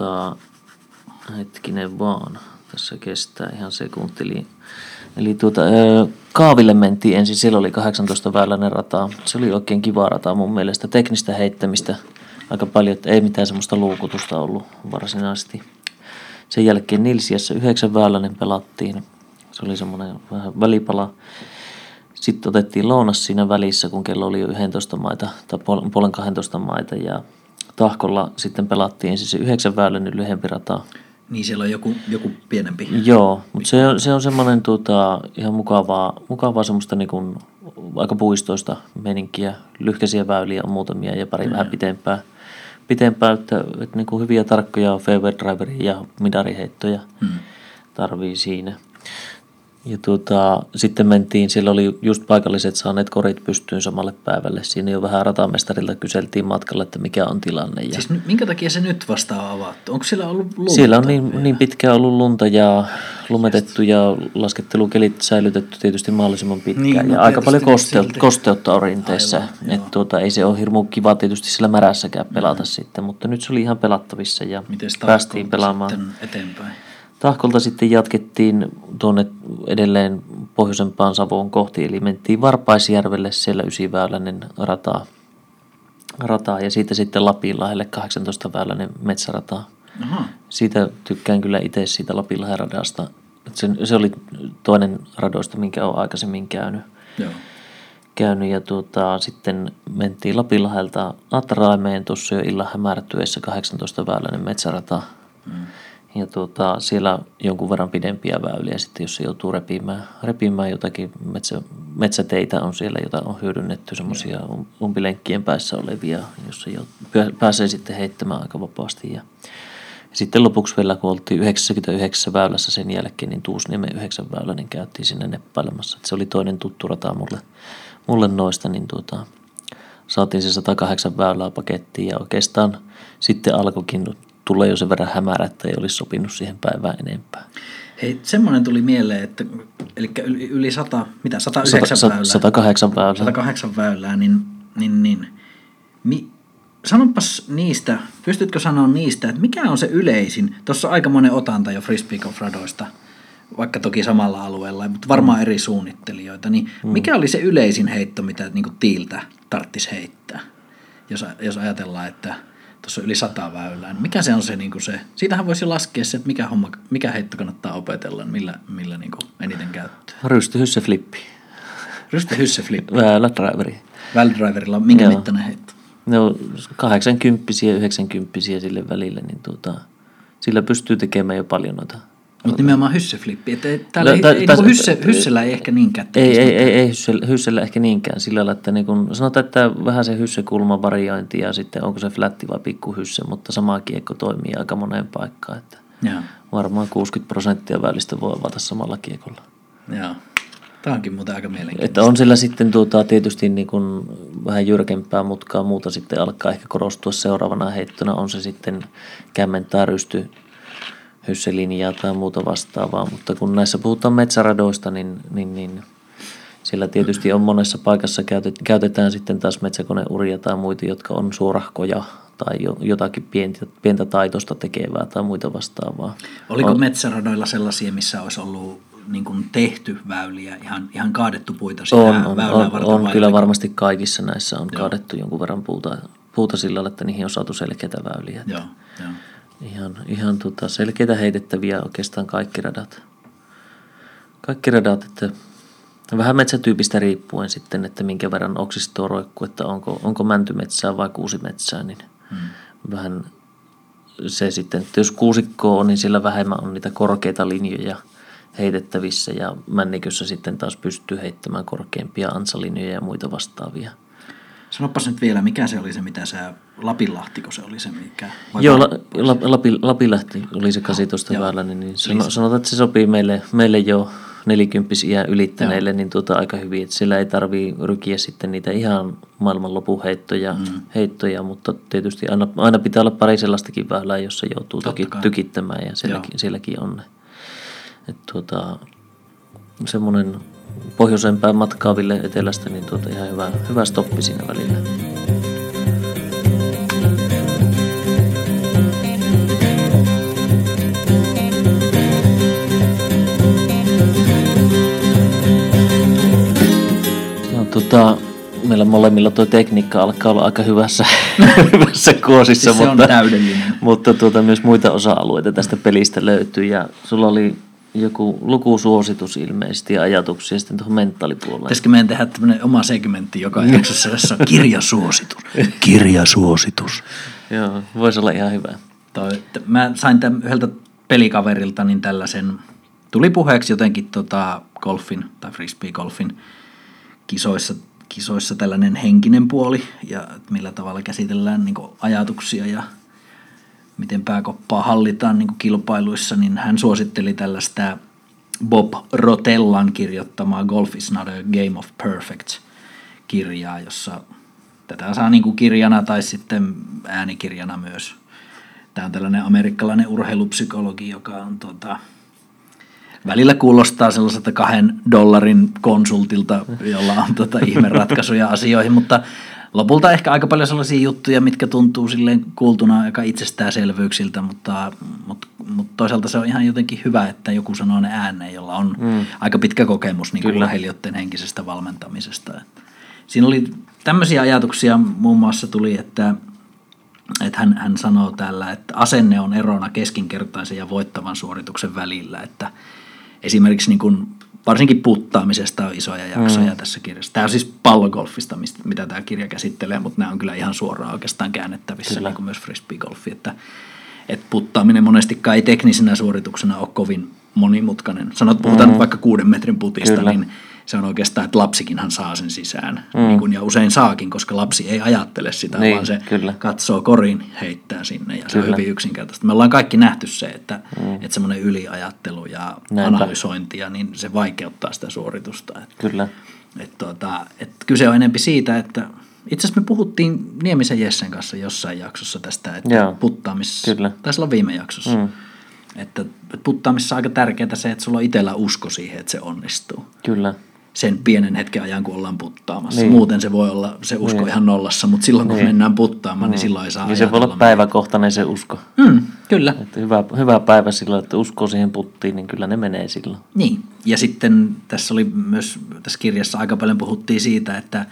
hetkinen vaan, tässä kestää ihan sekunti. Eli Kaaville mentiin ensin, siellä oli 18-väyläinen rata. Se oli oikein kiva rata mun mielestä, teknistä heittämistä aika paljon, että ei mitään semmoista luukutusta ollut varsinaisesti. Sen jälkeen Nilsiässä 9-väyläinen pelattiin, se oli semmoinen vähän välipala. Sitten otettiin lounas siinä välissä, kun kello oli jo 11 maita tai puolen 12 maita ja Tahkolla sitten pelattiin ensin se 9-väyläinen lyhempi rata. Niin siellä on joku pienempi. Joo, mutta se on semmoinen ihan mukavaa semmoista niin kuin aika puistoista meininkiä. Lyhkäisiä väyliä on muutamia ja pari vähän pitempää että niin kuin hyviä tarkkoja fairway driveria ja midariheittoja tarvii siinä. Ja sitten mentiin, siellä oli just paikalliset saaneet korit pystyyn samalle päivälle. Siinä jo vähän ratamestarilta kyseltiin matkalla, että mikä on tilanne. Siis minkä takia se nyt vasta on avattu? Onko siellä ollut lunta? Siellä on niin pitkään ollut lunta ja lumetettu ja laskettelukelit säilytetty tietysti mahdollisimman pitkään. Niin, ja aika paljon kosteutta on rinteessä. Että ei se ole hirmu kiva tietysti siellä märässäkään pelata sitten, mutta nyt se oli ihan pelattavissa ja päästiin pelaamaan. Eteenpäin? Tahkolta sitten jatkettiin tuonne edelleen pohjoisempaan Savoon kohti, eli mentiin Varpaisjärvelle, siellä 9-väyläinen rata ja siitä sitten Lapinlahdelle 18-väyläinen metsärata. Aha. Siitä tykkään kyllä itse siitä Lapinlahden radasta. Se oli toinen radoista, minkä olen aikaisemmin käynyt. Joo. Ja sitten mentiin Lapinlahdelta Atraimeen tuossa jo illan hämärtyessä 18-väyläinen metsärata. Ja siellä jonkun verran pidempiä väyliä sitten, jos se joutuu repimään jotakin metsäteitä on siellä, jota on hyödynnetty, semmoisia umpilenkkien päässä olevia, jossa pääsee sitten heittämään aika vapaasti. Ja sitten lopuksi vielä, kun oltiin 99 väylässä sen jälkeen, niin Tuusniemen 9-väylä, niin käytiin sinne neppailemassa. Se oli toinen tuttu rata mulle noista, niin saatiin se 108 väylää pakettiin ja oikeastaan sitten alkoikin tulee jo sen verran hämärä, että ei olisi sopinut siihen päivään enempää. Hei, semmoinen tuli mieleen, että eli yli 109 väylää. 108 väylää. 108 väylää, niin sanopas niistä, pystytkö sanoa niistä, että mikä on se yleisin, tuossa on aikamoinen otanta jo frisbee golf radoista, vaikka toki samalla alueella, mutta varmaan eri suunnittelijoita, niin mikä oli se yleisin heitto, mitä niin kuin tiiltä tarvitsisi heittää, jos ajatellaan, että tuossa on yli 100 väylää, niin mikä se on se, niin kuin se, siitähän voisi laskea se, että mikä heitto kannattaa opetella, millä niin kuin eniten käyttöä. Rystyhyssä flippi. Rystyhyssä-flippi. Väylädraiveri. Väylädraiverilla on minkä mittainen heitto? Ne on 80 ja 90 sille välille, niin sillä pystyy tekemään jo paljon noita. Mutta nimenomaan hysseflippi. Hyssellä ei ehkä niinkään Ei hyssellä ehkä niinkään. Sillä lailla, että niin kun, sanotaan, että vähän se hyssekulman variointi ja sitten onko se flätti vai pikkuhysse, mutta sama kiekko toimii aika moneen paikkaan. Että varmaan 60% väylistä voi avata samalla kiekolla. Joo. Tämä onkin muuten aika mielenkiintoista. Että on sillä sitten tietysti niin kuin vähän jyrkempää mutkaa, muuta sitten alkaa ehkä korostua seuraavana heittona. On se sitten kämmen tai rysty, hysselinjaa tai muuta vastaavaa, mutta kun näissä puhutaan metsäradoista, niin siellä tietysti on monessa paikassa käytetään sitten taas metsäkoneuria tai muita, jotka on suorahkoja tai jotakin pientä taitosta tekevää tai muita vastaavaa. Oliko metsäradoilla sellaisia, missä olisi ollut niin kuin tehty väyliä, ihan kaadettu puita sitä väylää varten? On kyllä varmasti kaikissa näissä on kaadettu jonkun verran puuta sillä lailla, että niihin on saatu selkeitä väyliä. Joo. Ihan selkeitä heitettäviä oikeastaan kaikki radat. Kaikki radat, että vähän metsätyypistä riippuen sitten, että minkä verran oksistoa roikkuu, että onko mäntymetsää vai kuusimetsää, niin vähän se sitten, että jos kuusikkoa on, niin sillä vähemmän on niitä korkeita linjoja heitettävissä ja männikössä sitten taas pystyy heittämään korkeampia ansalinjoja ja muita vastaavia. Sanopas nyt vielä, mikä se oli se, mitä sä, Lapinlahtiko se oli se, mikä? Joo, Lapinlahti oli se 18 väylä, niin sanotaan, että se sopii meille jo 40 iän ylittäneille niin aika hyvin, että sillä ei tarvii rykiä sitten niitä ihan maailmanlopun heittoja, mutta tietysti aina pitää olla pari sellaistakin väylää, jossa joutuu toki tykittämään ja sielläkin on ne. Semmoinen pohjoiseen päin matkaaville etelästä, niin ihan hyvä stoppi siinä välillä. Meillä molemmilla tuo tekniikka alkaa olla aika hyvässä kuosissa, se on täydellinen. Mutta myös muita osa-alueita tästä pelistä löytyy ja sulla oli joku lukusuositus ilmeisesti ja ajatuksia sitten tuohon mentaalipuolelle. Pitäisikö meidän tehdä tämmöinen oma segmentti joka jaksossa, jossa on kirjasuositus. Kirjasuositus. Joo, voisi olla ihan hyvä. Mä sain yhdeltä pelikaverilta niin tällaisen, tuli puheeksi jotenkin golfin tai frisbee-golfin kisoissa tällainen henkinen puoli ja millä tavalla käsitellään niin kuin ajatuksia ja miten pääkoppaa hallitaan niin kuin kilpailuissa, niin hän suositteli tällaista Bob Rotellan kirjoittamaa Golf is not a game of perfect -kirjaa, jossa tätä saa niin kuin kirjana tai sitten äänikirjana myös. Tämä on tällainen amerikkalainen urheilupsykologi, joka on välillä kuulostaa sellaiselta $2 konsultilta, jolla on ihmeratkaisuja asioihin, mutta lopulta ehkä aika paljon sellaisia juttuja, mitkä tuntuu silleen kuultuna aika itsestäänselvyyksiltä, mutta toisaalta se on ihan jotenkin hyvä, että joku sanoo ne ääneen, jolla on aika pitkä kokemus niin kuin urheilijoiden henkisestä valmentamisesta. Siinä oli tämmöisiä ajatuksia, muun muassa tuli, että hän sanoo täällä, että asenne on erona keskinkertaisen ja voittavan suorituksen välillä, että esimerkiksi niin kuin varsinkin puttaamisesta on isoja jaksoja tässä kirjassa. Tämä on siis pallogolfista, mitä tämä kirja käsittelee, mutta nämä on kyllä ihan suoraan oikeastaan käännettävissä, niin kuin myös frisbee-golfi. Että puttaaminen monestikaan ei teknisenä suorituksena ole kovin monimutkainen. Puhutaan nyt vaikka 6 metrin putista, niin se on oikeastaan, että lapsikinhan saa sen sisään. Niin kuin, ja usein saakin, koska lapsi ei ajattele sitä, vaan se katsoo korin, heittää sinne ja se on hyvin yksinkertaista. Me ollaan kaikki nähty se, että semmoinen yliajattelu ja analysointi, niin se vaikeuttaa sitä suoritusta. Että kyse on enemmän siitä, että itse asiassa me puhuttiin Niemisen Jessen kanssa jossain jaksossa tästä, että taisi olla viime jaksossa. Että puttaamisessa on aika tärkeää se, että sulla on itsellä usko siihen, että se onnistuu. Kyllä. Sen pienen hetken ajan, kun ollaan puttaamassa. Niin. Muuten se voi olla se usko ihan nollassa, mutta silloin kun mennään puttaamaan, niin silloin ei saa ajatella. Se voi olla päiväkohtainen se usko. Kyllä. Että hyvä päivä silloin, että uskoo siihen puttiin, niin kyllä ne menee silloin. Niin, ja sitten tässä oli myös, tässä kirjassa aika paljon puhuttiin siitä, että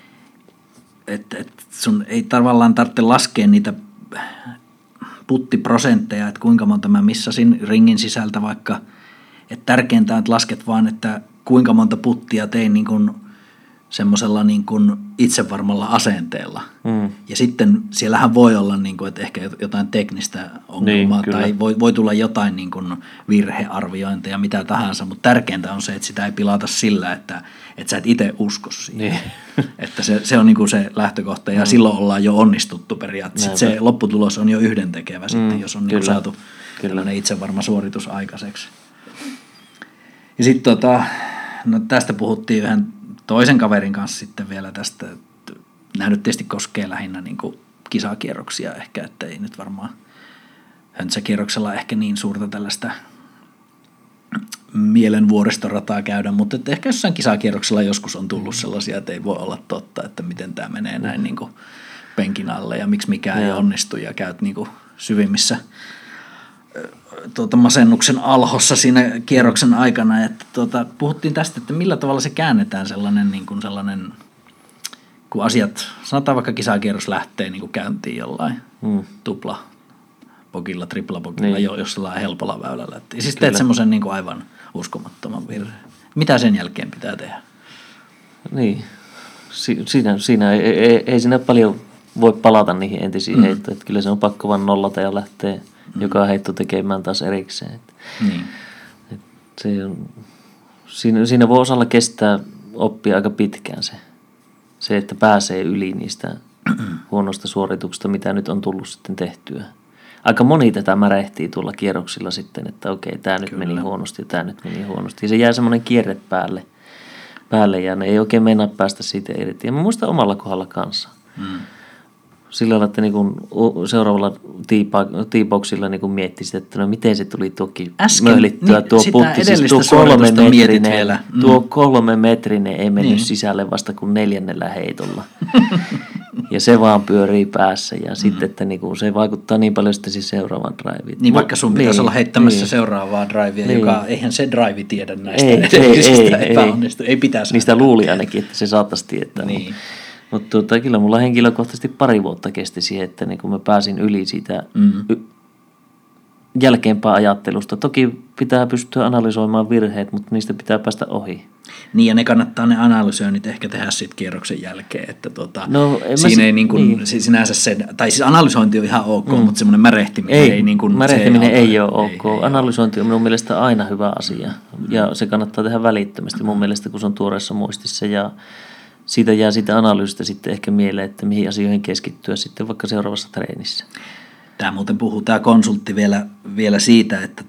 sun ei tavallaan tarvitse laskea niitä puttiprosentteja, että kuinka monta mä missasin ringin sisältä vaikka, että tärkeintä on, että lasket vaan, että kuinka monta puttia tein niin kuin semmoisella niin kuin itsevarmalla asenteella. Ja sitten siellähän voi olla, niin kuin, että ehkä jotain teknistä ongelmaa tai voi tulla jotain niin kuin virhearviointeja, mitä tahansa, mutta tärkeintä on se, että sitä ei pilata sillä, että sä et itse usko siihen. Että se on niin kuin se lähtökohta ja silloin ollaan jo onnistuttu periaatteessa. Sitten se lopputulos on jo yhdentekevä sitten, jos on niin kuin saatu tällainen itsevarma suoritus aikaiseksi. Ja sitten tästä puhuttiin yhden toisen kaverin kanssa sitten vielä tästä, että nämä nyt tietysti koskee lähinnä niin kuin kisakierroksia ehkä, että ei nyt varmaan höntsäkierroksella ehkä niin suurta tällaista mielen vuoristorataa käydä, mutta että ehkä jossain kisakierroksella joskus on tullut sellaisia, että ei voi olla totta, että miten tämä menee näin niin kuin penkin alle ja miksi mikään ei onnistu ja käyt niin kuin syvimmissä masennuksen alhossa siinä kierroksen aikana, että puhuttiin tästä, että millä tavalla se käännetään sellainen, niin kuin sellainen kun asiat, sanotaan vaikka kisakierros lähtee niin kuin käyntiin jollain tupla pokilla, tripla pokilla, jossain helpolla väylällä. Siis teet semmoisen niin kuin uskomattoman virheen. Mitä sen jälkeen pitää tehdä? Niin, siinä ei siinä paljon voi palata niihin entisiin heittoihin. Että kyllä se on pakko vaan nollata ja lähteä joka heitto tekemään taas erikseen. Niin. Siinä voi osalla kestää oppia aika pitkään se, että pääsee yli niistä huonoista suorituksista, mitä nyt on tullut sitten tehtyä. Aika moni tätä märehtii tuolla kierroksilla sitten, että okei, tämä nyt meni huonosti ja tämä nyt meni huonosti. Ja se jää semmoinen kierre päälle ja ne ei oikein meinaa päästä siitä irti. Ja mä muistan omalla kohdalla kanssa. Sillä lailla, että niin seuraavalla teaboxilla niin miettisit, että no miten se tuli toki möhlittyä tuo putti. Siis tuo 3 metrinen ei mennyt sisälle vasta kuin 4. heitolla. Ja se vaan pyörii päässä ja sitten, että niinku se vaikuttaa niin paljon sitten siis seuraavaan driveen. Niin vaikka sun pitäisi olla heittämässä seuraavaa drivea, joka eihän se drive tiedä näistä edellisistä epäonnistu. Ei pitäisi. Niistä luuli ainakin, että se saattaisi tietää. Niin. Mutta kyllä mulla henkilökohtaisesti 2 vuotta kesti siihen, että niin kun mä pääsin yli siitä jälkeenpäin ajattelusta. Toki pitää pystyä analysoimaan virheet, mutta niistä pitää päästä ohi. Niin ja ne kannattaa ne analysoinnit ehkä tehdä sitten kierroksen jälkeen, että siinä ei sinänsä sen, tai siis analysointi on ihan ok, mutta semmoinen märehtiminen ei märehtiminen ei ole ok. Analysointi on minun mielestä aina hyvä asia ja se kannattaa tehdä välittömästi mun mielestä, kun se on tuoreessa muistissa ja siitä jää siitä analyysistä sitten ehkä mieleen, että mihin asioihin keskittyä sitten vaikka seuraavassa treenissä. Tämä muuten puhuu tämä konsultti vielä siitä, että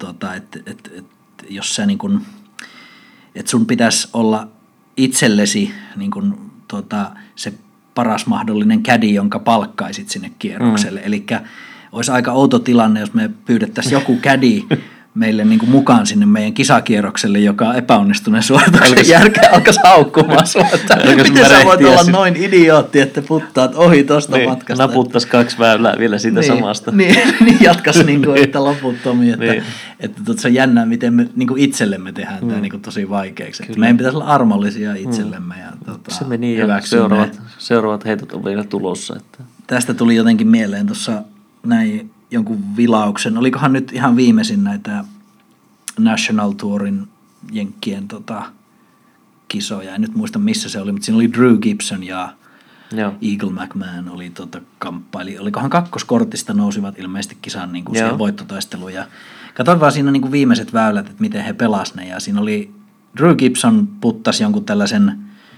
jos sä niin kun, että sun pitäisi olla itsellesi niin kun, se paras mahdollinen caddy, jonka palkkaisit sinne kierrokselle. Eli olisi aika outo tilanne, jos me pyydettäisiin joku caddy meille niin kuin mukaan sinne meidän kisakierrokselle, joka on epäonnistuneen suorituksen jälkeen alkaisi haukkumaan sua. Miten sä voit olla noin idiootti, että puttaat ohi tuosta matkasta? Naputtaisi 2 väylää vielä siitä samasta. Niin jatkaisi niin kuin, että loputtomia. Että se on jännää, miten me niin kuin itsellemme tehdään tämä niin kuin tosi vaikeaksi. Meidän pitäisi olla armollisia itsellemme. Ja, se meni ja seuraavat heitot on vielä tulossa. Että. Tästä tuli jotenkin mieleen tuossa näin jonkun vilauksen. Olikohan nyt ihan viimeisin näitä National Tourin jenkkien kisoja. En nyt muista missä se oli, mutta siinä oli Drew Gibson ja Eagle McMahon oli kamppaili. Olikohan 2. kortista nousivat ilmeisesti kisan niin kuin siihen voittotaisteluun. Ja katsoin vaan siinä niin kuin viimeiset väylät, että miten he pelasivat ne. Ja siinä oli Drew Gibson puttasi jonkun tällaisen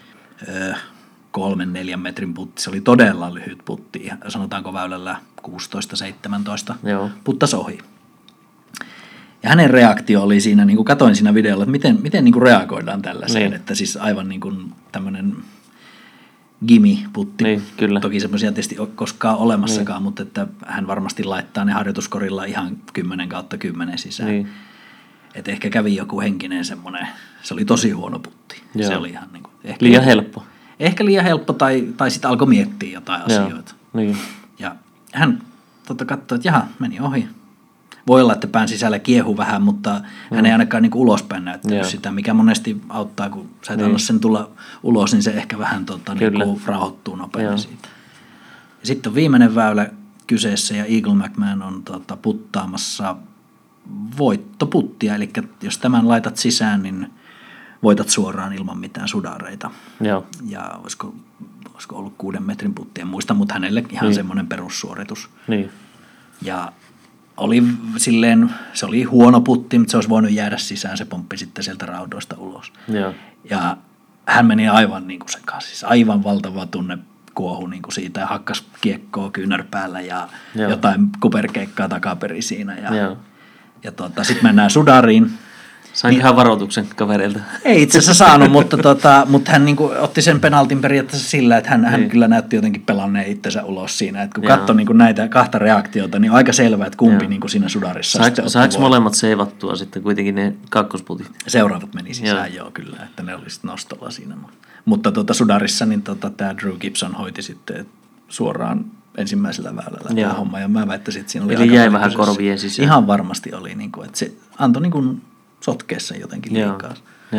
3-4 metrin putti. Se oli todella lyhyt putti. Sanotaanko väylällä 16-17. Puttas ohi. Ja hänen reaktio oli siinä, niin kuin katoin siinä videolla, että miten niin kuin reagoidaan tällaiseen. Niin. Että siis aivan niin kuin tämmöinen gimme-putti. Niin, kyllä. Toki semmoisia tietysti koskaan olemassakaan, mutta että hän varmasti laittaa ne harjoituskorilla ihan 10/10 sisään. Niin. Että ehkä kävi joku henkinen semmoinen, se oli tosi huono putti. Se oli ihan niin kuin, ehkä liian helppo. Ehkä liian helppo tai sitten alkoi miettiä jotain asioita. Niin. Ja hän katsoi, että jaha, meni ohi. Voi olla, että pään sisällä kiehu vähän, mutta hän ei ainakaan niin kuin ulospäin näyttänyt sitä, mikä monesti auttaa, kun sä et anna sen tulla ulos, niin se ehkä vähän niin rauhoittuu nopeammin siitä. Ja sitten on viimeinen väylä kyseessä ja Eagle McMahon on puttaamassa voittoputtia, eli jos tämän laitat sisään, niin voitat suoraan ilman mitään sudareita. Ja olisiko ollut 6 metrin putti, en muista, mutta hänelle ihan semmoinen perussuoritus. Niin. Ja oli silleen, se oli huono putti, mutta se olisi voinut jäädä sisään, se pomppi sitten sieltä raudoista ulos. Ja hän meni aivan niin kuin sen kanssa, siis aivan valtava tunnekuohu niin kuin siitä ja hakkas kiekkoa kyynärpäällä ja jotain kuperkeikkaa takaperin siinä. Ja sitten mennään sudariin. Sain ihan varoituksen kavereilta. Ei itse asiassa saanut, mutta hän niin kuin otti sen penaltin periaatteessa sillä, että hän kyllä näytti jotenkin pelanneen itsensä ulos siinä. Että kun katsoi niin kuin näitä 2 reaktiota, niin aika selvä, että kumpi niin kuin siinä sudarissa. Saiko molemmat seivattua sitten kuitenkin ne kakkosputit? Seuraavat meni sisään, kyllä, että ne oli sitten nostolla siinä. Mutta sudarissa niin tämä Drew Gibson hoiti sitten suoraan ensimmäisellä väylällä tämä homma. Ja mä väittäisin, että siinä oli eli jäi vähän korvien sisään. Ihan varmasti oli, niin kuin, että se antoi niin kuin sotkea sen jotenkin liikaa.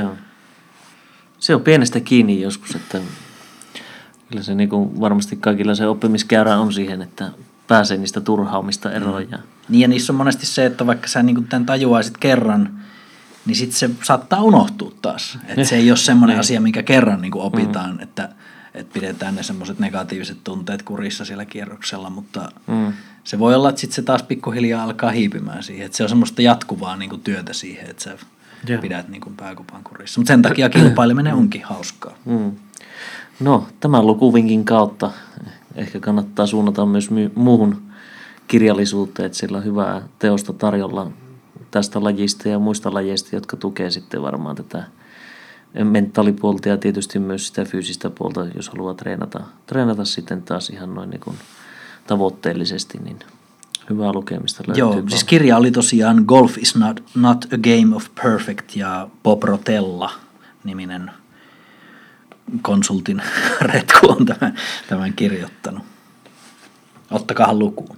Se on pienestä kiinni joskus, että kyllä se niin kuin varmasti kaikilla se oppimiskäyrä on siihen, että pääsee niistä turhaumista eroon. Niin ja niissä on monesti se, että vaikka sä niin kuin tämän tajuaisit kerran, niin sitten se saattaa unohtua taas. Että se ei ole semmoinen asia, mikä kerran niin kuin opitaan, että pidetään ne semmoiset negatiiviset tunteet kurissa siellä kierroksella, mutta se voi olla, että sitten se taas pikkuhiljaa alkaa hiipymään siihen. Että se on semmoista jatkuvaa niin kuin työtä siihen, että sä pidät niin kuin pääkopan kurissa. Mutta sen takia kilpaileminen onkin hauskaa. No, tämän lukuvinkin kautta ehkä kannattaa suunnata myös muuhun kirjallisuuteen, että sillä on hyvää teosta tarjolla tästä lajista ja muista lajeista, jotka tukee sitten varmaan tätä mentaalipuolta ja tietysti myös sitä fyysistä puolta, jos haluaa treenata sitten taas ihan noin niin kuin tavoitteellisesti, niin hyvää lukemista löytyy. Joo, siis kirja oli tosiaan Golf is not a game of perfect ja Bob Rotella-niminen konsultin retku on tämän kirjoittanut. Ottakaa lukuun.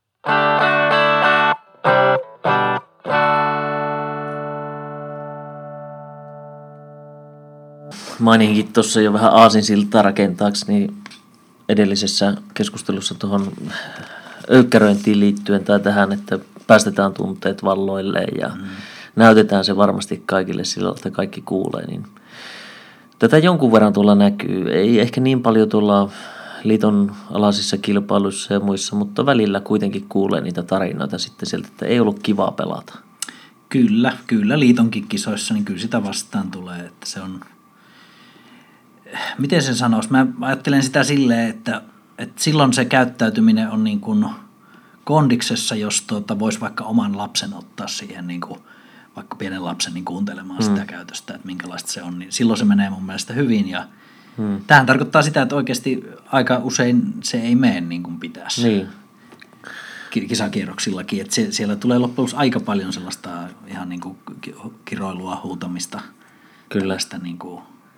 Maininkin tuossa jo vähän aasinsiltaa rakentaaksi, niin edellisessä keskustelussa tuohon öykkäröintiin liittyen tai tähän, että päästetään tunteet valloilleen ja näytetään se varmasti kaikille sillä, että kaikki kuulee, niin tätä jonkun verran tuolla näkyy. Ei ehkä niin paljon tuolla liiton alaisissa kilpailuissa ja muissa, mutta välillä kuitenkin kuulee niitä tarinoita sitten sieltä, että ei ollut kivaa pelata. Kyllä liitonkin kisoissa, niin kyllä sitä vastaan tulee, että se on, miten sen sanoisi, mä ajattelen sitä silleen, että silloin se käyttäytyminen on niin kuin kondiksessa, jos voisi vaikka oman lapsen ottaa siihen niin kuin vaikka pienen lapsen niin kuuntelemaan sitä käytöstä, että minkälaista se on, niin silloin se menee mun mielestä hyvin. Ja tämähän tarkoittaa sitä, että oikeasti aika usein se ei mene niin kuin pitäisi. Niin. Kisakierroksillakin, että siellä tulee loppujen lopuksi aika paljon sellaista ihan niin kuin kiroilua, huutamista. Kyllä. Niin kuin.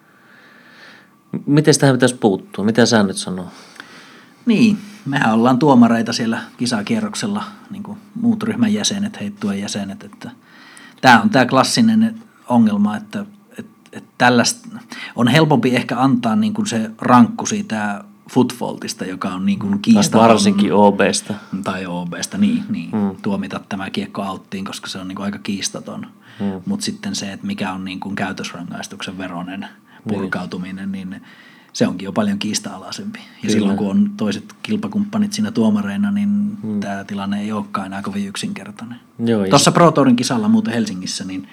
Miten tähän pitäisi puuttua? Mitä sä nyt sanoo? Niin, mehän ollaan tuomareita siellä kisakierroksella, niin kuin muut ryhmän jäsenet, heittuen jäsenet, että tämä on tämä klassinen ongelma, että tällaista on helpompi ehkä antaa niin kuin se rankku siitä footfaultista, joka on niin kuin kiistaton. Varsinkin OB:sta. Tai OB:sta, niin. Tuomita tämä kiekko auttiin, koska se on niin kuin aika kiistaton. Mutta sitten se, että mikä on niin kuin käytösrangaistuksen veronen purkautuminen, niin se onkin jo paljon kiista-alaisempi. Ja kyllä. Silloin kun on toiset kilpakumppanit siinä tuomareina, niin tämä tilanne ei olekaan enää kovin yksinkertainen. Tuossa Pro Tourin kisalla muuten Helsingissä, niin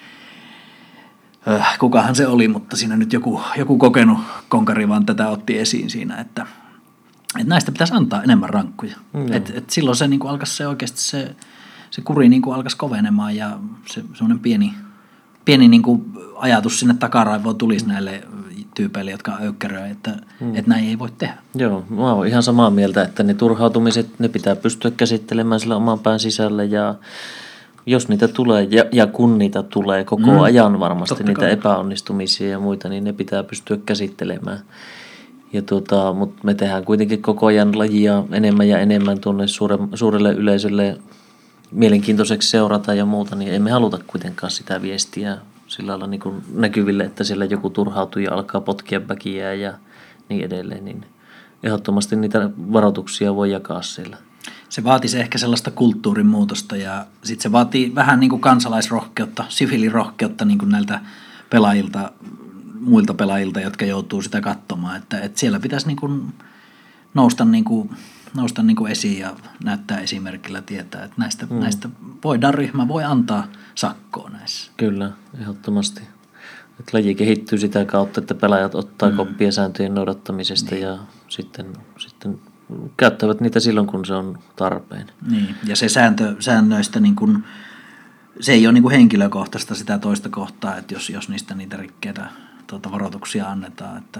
kukahan se oli, mutta siinä nyt joku kokenut konkari vaan tätä otti esiin siinä, että näistä pitäisi antaa enemmän rankkuja. Et silloin se niin alkaisi se oikeasti se kuri niin alkaisi kovenemaan ja semmoinen pieni niin kuin ajatus sinne takaraivoon tulisi näille tyypeille, jotka öykkäröi, että näin ei voi tehdä. Joo, mä oon ihan samaa mieltä, että ne turhautumiset, ne pitää pystyä käsittelemään sillä oman pään sisällä ja jos niitä tulee ja kun niitä tulee koko ajan varmasti niitä epäonnistumisia ja muita, niin ne pitää pystyä käsittelemään. Ja mutta me tehdään kuitenkin koko ajan lajia enemmän ja enemmän tuonne suurelle yleisölle mielenkiintoiseksi seurata ja muuta, niin emme haluta kuitenkaan sitä viestiä sillä lailla niin kuin näkyville, että siellä joku turhautuu ja alkaa potkia väkiä ja niin edelleen, niin ehdottomasti niitä varoituksia voi jakaa siellä. Se vaatisi ehkä sellaista kulttuurin muutosta ja sitten se vaatii vähän niin kuin kansalaisrohkeutta, siviilirohkeutta niin kuin näiltä pelaajilta, muilta pelaajilta, jotka joutuu sitä katsomaan, että siellä pitäisi niin kuin nousta niin kuin esiin ja näyttää esimerkillä tietää, että näistä ryhmä voi antaa sakkoa näissä. Kyllä, ehdottomasti. Että laji kehittyy sitä kautta, että pelaajat ottaa koppia sääntöjen noudattamisesta ja sitten käyttävät niitä silloin, kun se on tarpeen. Niin, ja se säännöistä, niin kun, se ei ole niin kuin henkilökohtaista sitä toista kohtaa, että jos niistä niitä rikkeitä varoituksia annetaan, että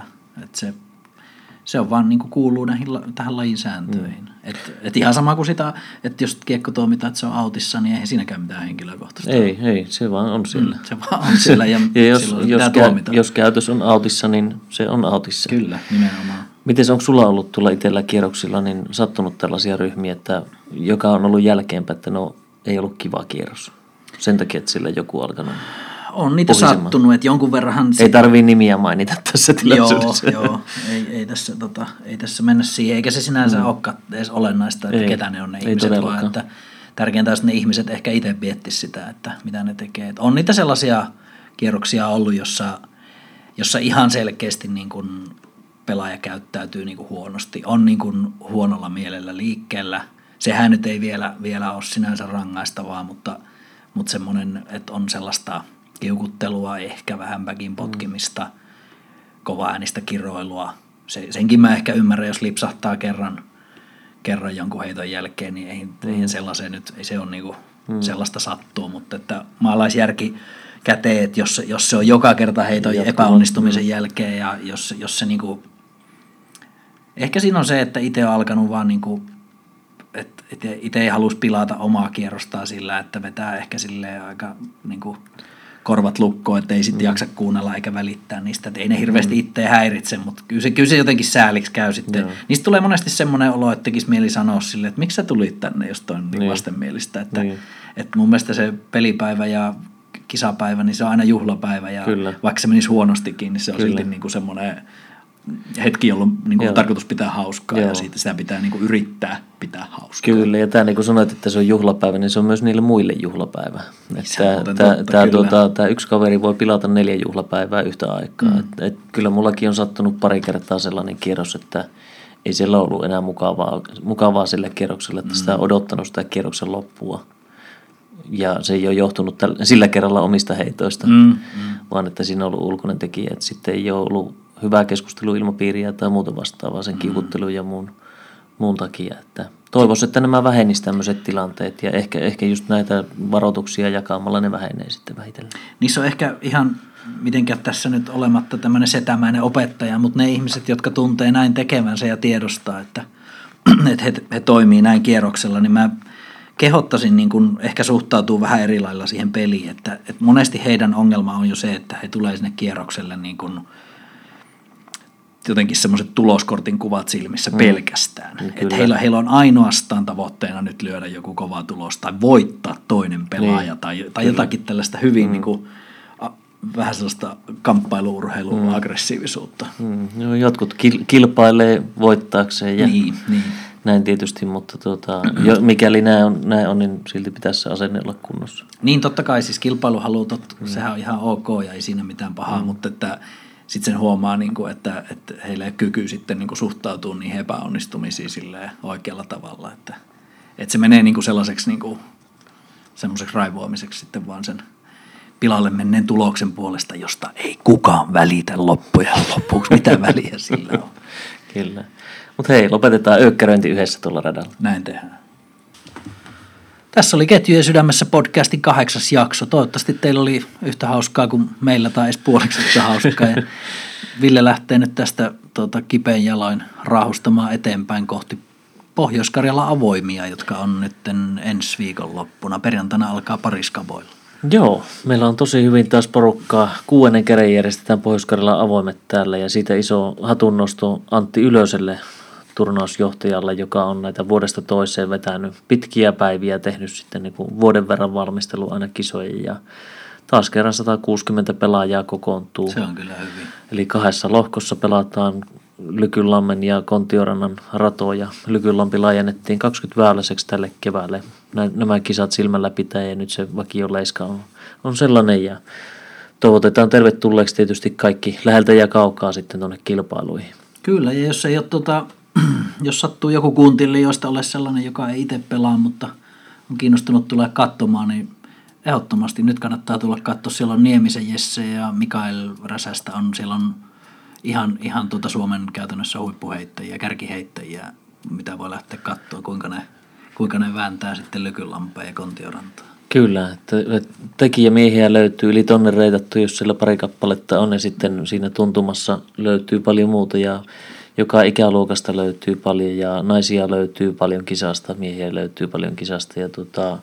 se on vaan niin kuin kuuluu tähän lajin sääntöihin. Et ihan sama kuin sitä, että jos kiekko tuomitaan, että se on autissa, niin eihän siinäkään mitään henkilökohtaista. Ei, se vaan on siellä. Se vaan on siellä ja jos käytös on autissa, niin se on autissa. Kyllä, nimenomaan. Miten onko sulla ollut tuolla itsellä kierroksilla niin sattunut tällaisia ryhmiä, että joka on ollut jälkeenpäin, että ei ollut kiva kierros? Sen takia, että sillä joku alkanut on niitä sattunut, että jonkun verranhan... Ei tarvitse nimiä mainita tässä tilaisuudessa. Joo, ei tässä mennä siihen, eikä se sinänsä olekaan edes olennaista, että ketä ne on ne ihmiset, vaan että tärkeintä on, että ne ihmiset ehkä itse miettisivät sitä, että mitä ne tekee. Että on niitä sellaisia kierroksia ollut, jossa ihan selkeästi niin kuin pelaaja käyttäytyy niin kuin huonosti, on niin kuin huonolla mielellä liikkeellä. Sehän nyt ei vielä ole sinänsä rangaistavaa, mutta semmoinen, että on sellaista kiukuttelua, ehkä vähän väkin potkimista, kovaäänistä kiroilua. Senkin mä ehkä ymmärrän, jos lipsahtaa kerran jonkun heiton jälkeen, niin ei sellaiseen nyt, ei se ole niinku sellaista sattua, mutta että maalaisjärki käteen, että jos se on joka kerta heiton epäonnistumisen jälkeen ja jos se niinku, ehkä siinä on se, että itse on alkanut vaan niinku, että itse ei halus pilata omaa kierrostaan sillä, että vetää ehkä silleen aika niinku korvat lukkoon, että ei sitten jaksa kuunnella eikä välittää niistä, että ei ne hirveästi itseä häiritse, mutta kyllä se jotenkin sääliksi käy sitten. Joo. Niistä tulee monesti semmoinen olo, että tekisi mieli sanoa silleen, että miksi sä tulit tänne, jos toi on niin vastenmielistä. Että mun mielestä se pelipäivä ja kisapäivä, niin se on aina juhlapäivä ja vaikka se menisi huonostikin, niin se on silti niin kuin semmoinen hetki, jolloin niin kuin tarkoitus pitää hauskaa ja siitä sitä pitää niin kuin yrittää pitää hauskaa. Kyllä, ja tämä niin kuin sanoit, että se on juhlapäivä, niin se on myös niille muille juhlapäivä. Tämä yksi kaveri voi pilata 4 juhlapäivää yhtä aikaa. Et kyllä mullakin on sattunut pari kertaa sellainen kierros, että ei siellä ollut enää mukavaa sille kierrokselle, että sitä on odottanut sitä kierroksen loppua. Ja se ei ole johtunut sillä kerralla omista heitoista, vaan että siinä on ollut ulkoinen tekijä, että sitten ei ole ollut hyvää keskusteluilmapiiriä tai muuta vastaavaa sen kiukuttelun ja muun takia. Että toivoisin, että nämä vähenisivät tämmöiset tilanteet ja ehkä just näitä varoituksia jakamalla ne vähenee sitten vähitellen. Niissä on ehkä ihan mitenkään tässä nyt olematta tämmöinen setämäinen opettaja, mutta ne ihmiset, jotka tuntee näin tekevänsä ja tiedostaa, että he toimii näin kierroksella, niin mä kehottaisin niin kun ehkä suhtautuu vähän eri lailla siihen peliin. Että monesti heidän ongelma on jo se, että he tulee sinne kierrokselle niin kun jotenkin semmoiset tuloskortin kuvat silmissä pelkästään. Että heillä on ainoastaan tavoitteena nyt lyödä joku kova tulos tai voittaa toinen pelaaja tai jotakin tällaista hyvin niin kuin, vähän sellaista kamppailu-urheilun aggressiivisuutta. No, jotkut kilpailee voittaakseen ja näin tietysti, mutta mikäli näin on, niin silti pitäisi asenne olla kunnossa. Niin totta kai, siis kilpailuhalu, sehän on ihan ok ja ei siinä mitään pahaa, mutta että sitten sen huomaa, että heillä ei ole kyky sitten suhtautua niihin epäonnistumisiin silleen oikealla tavalla. Että se menee sellaiseksi semmoiseksi raivoamiseksi sitten vaan sen pilalle menneen tuloksen puolesta, josta ei kukaan välitä loppujen lopuksi. Mitä väliä sillä on? Kyllä. Mutta hei, lopetetaan öökkäröinti yhdessä tuolla radalla. Näin tehdään. Tässä oli Ketjujen sydämessä podcastin 8. jakso. Toivottavasti teillä oli yhtä hauskaa kuin meillä tai edes puoliksi yhtä hauskaa. Ja Ville lähtee nyt tästä kipeän jaloin raahustamaan eteenpäin kohti Pohjois-Karjalan avoimia, jotka on nyt ensi viikonloppuna. Perjantaina alkaa Pariskaboilla. Joo, meillä on tosi hyvin taas porukkaa. 6. kerran järjestetään Pohjois-Karjalan avoimet täällä ja siitä iso hatunnosto Antti Ylöselle, turnausjohtajalle, joka on näitä vuodesta toiseen vetänyt pitkiä päiviä, tehnyt sitten niin kuin vuoden verran valmistelua aina kisoihin ja taas kerran 160 pelaajaa kokoontuu. Se on kyllä hyvin. Eli 2 lohkossa pelataan Lykynlammen ja Kontiorannan ratoja. Lykynlampi laajennettiin 20-väyläiseksi tälle keväälle. Nämä kisat silmällä pitää ja nyt se vakioleiska on sellainen ja toivotetaan tervetulleeksi tietysti kaikki läheltä ja kaukaa sitten tuonne kilpailuihin. Kyllä, ja jos ei ole jos sattuu joku kuuntille, josta ole sellainen, joka ei itse pelaa, mutta on kiinnostunut tulla katsomaan, niin ehdottomasti nyt kannattaa tulla katsoa. Siellä on Niemisen Jesse ja Mikael Räsästä siellä on ihan Suomen käytännössä huippuheittäjiä, kärkiheittäjiä, mitä voi lähteä katsoa, kuinka ne vääntää sitten Lykynlampeen ja Kontiorantaa. Kyllä, että tekijämiehiä löytyy yli tonne reitattu, jos siellä pari kappaletta on ja sitten siinä tuntumassa löytyy paljon muuta ja joka ikäluokasta löytyy paljon ja naisia löytyy paljon kisasta, miehiä löytyy paljon kisasta ja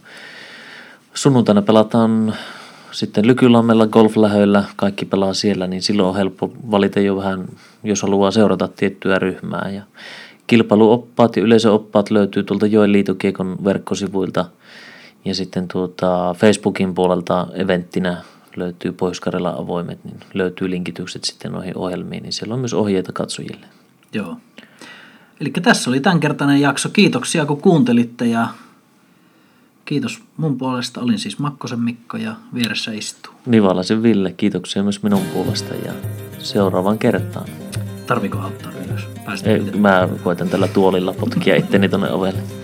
sunnuntaina pelataan sitten Lykynlammella golflähöillä, kaikki pelaa siellä, niin silloin on helppo valita jo vähän, jos haluaa seurata tiettyä ryhmää ja kilpailuoppaat ja yleisöoppaat löytyy tuolta Joen liitokiekon verkkosivuilta ja sitten Facebookin puolelta eventtinä löytyy Pohjois-Karjalan avoimet, niin löytyy linkitykset sitten noihin ohjelmiin, niin siellä on myös ohjeita katsojille. Joo. Eli tässä oli tämänkertainen jakso. Kiitoksia kun kuuntelitte ja kiitos mun puolesta. Olin siis Makkosen Mikko ja vieressä istuu Nivalaisen Ville. Kiitoksia myös minun puolesta ja seuraavaan kertaan. Tarviiko auttaa ylös? Mä koitan tällä tuolilla potkia itteni tonne ovelle.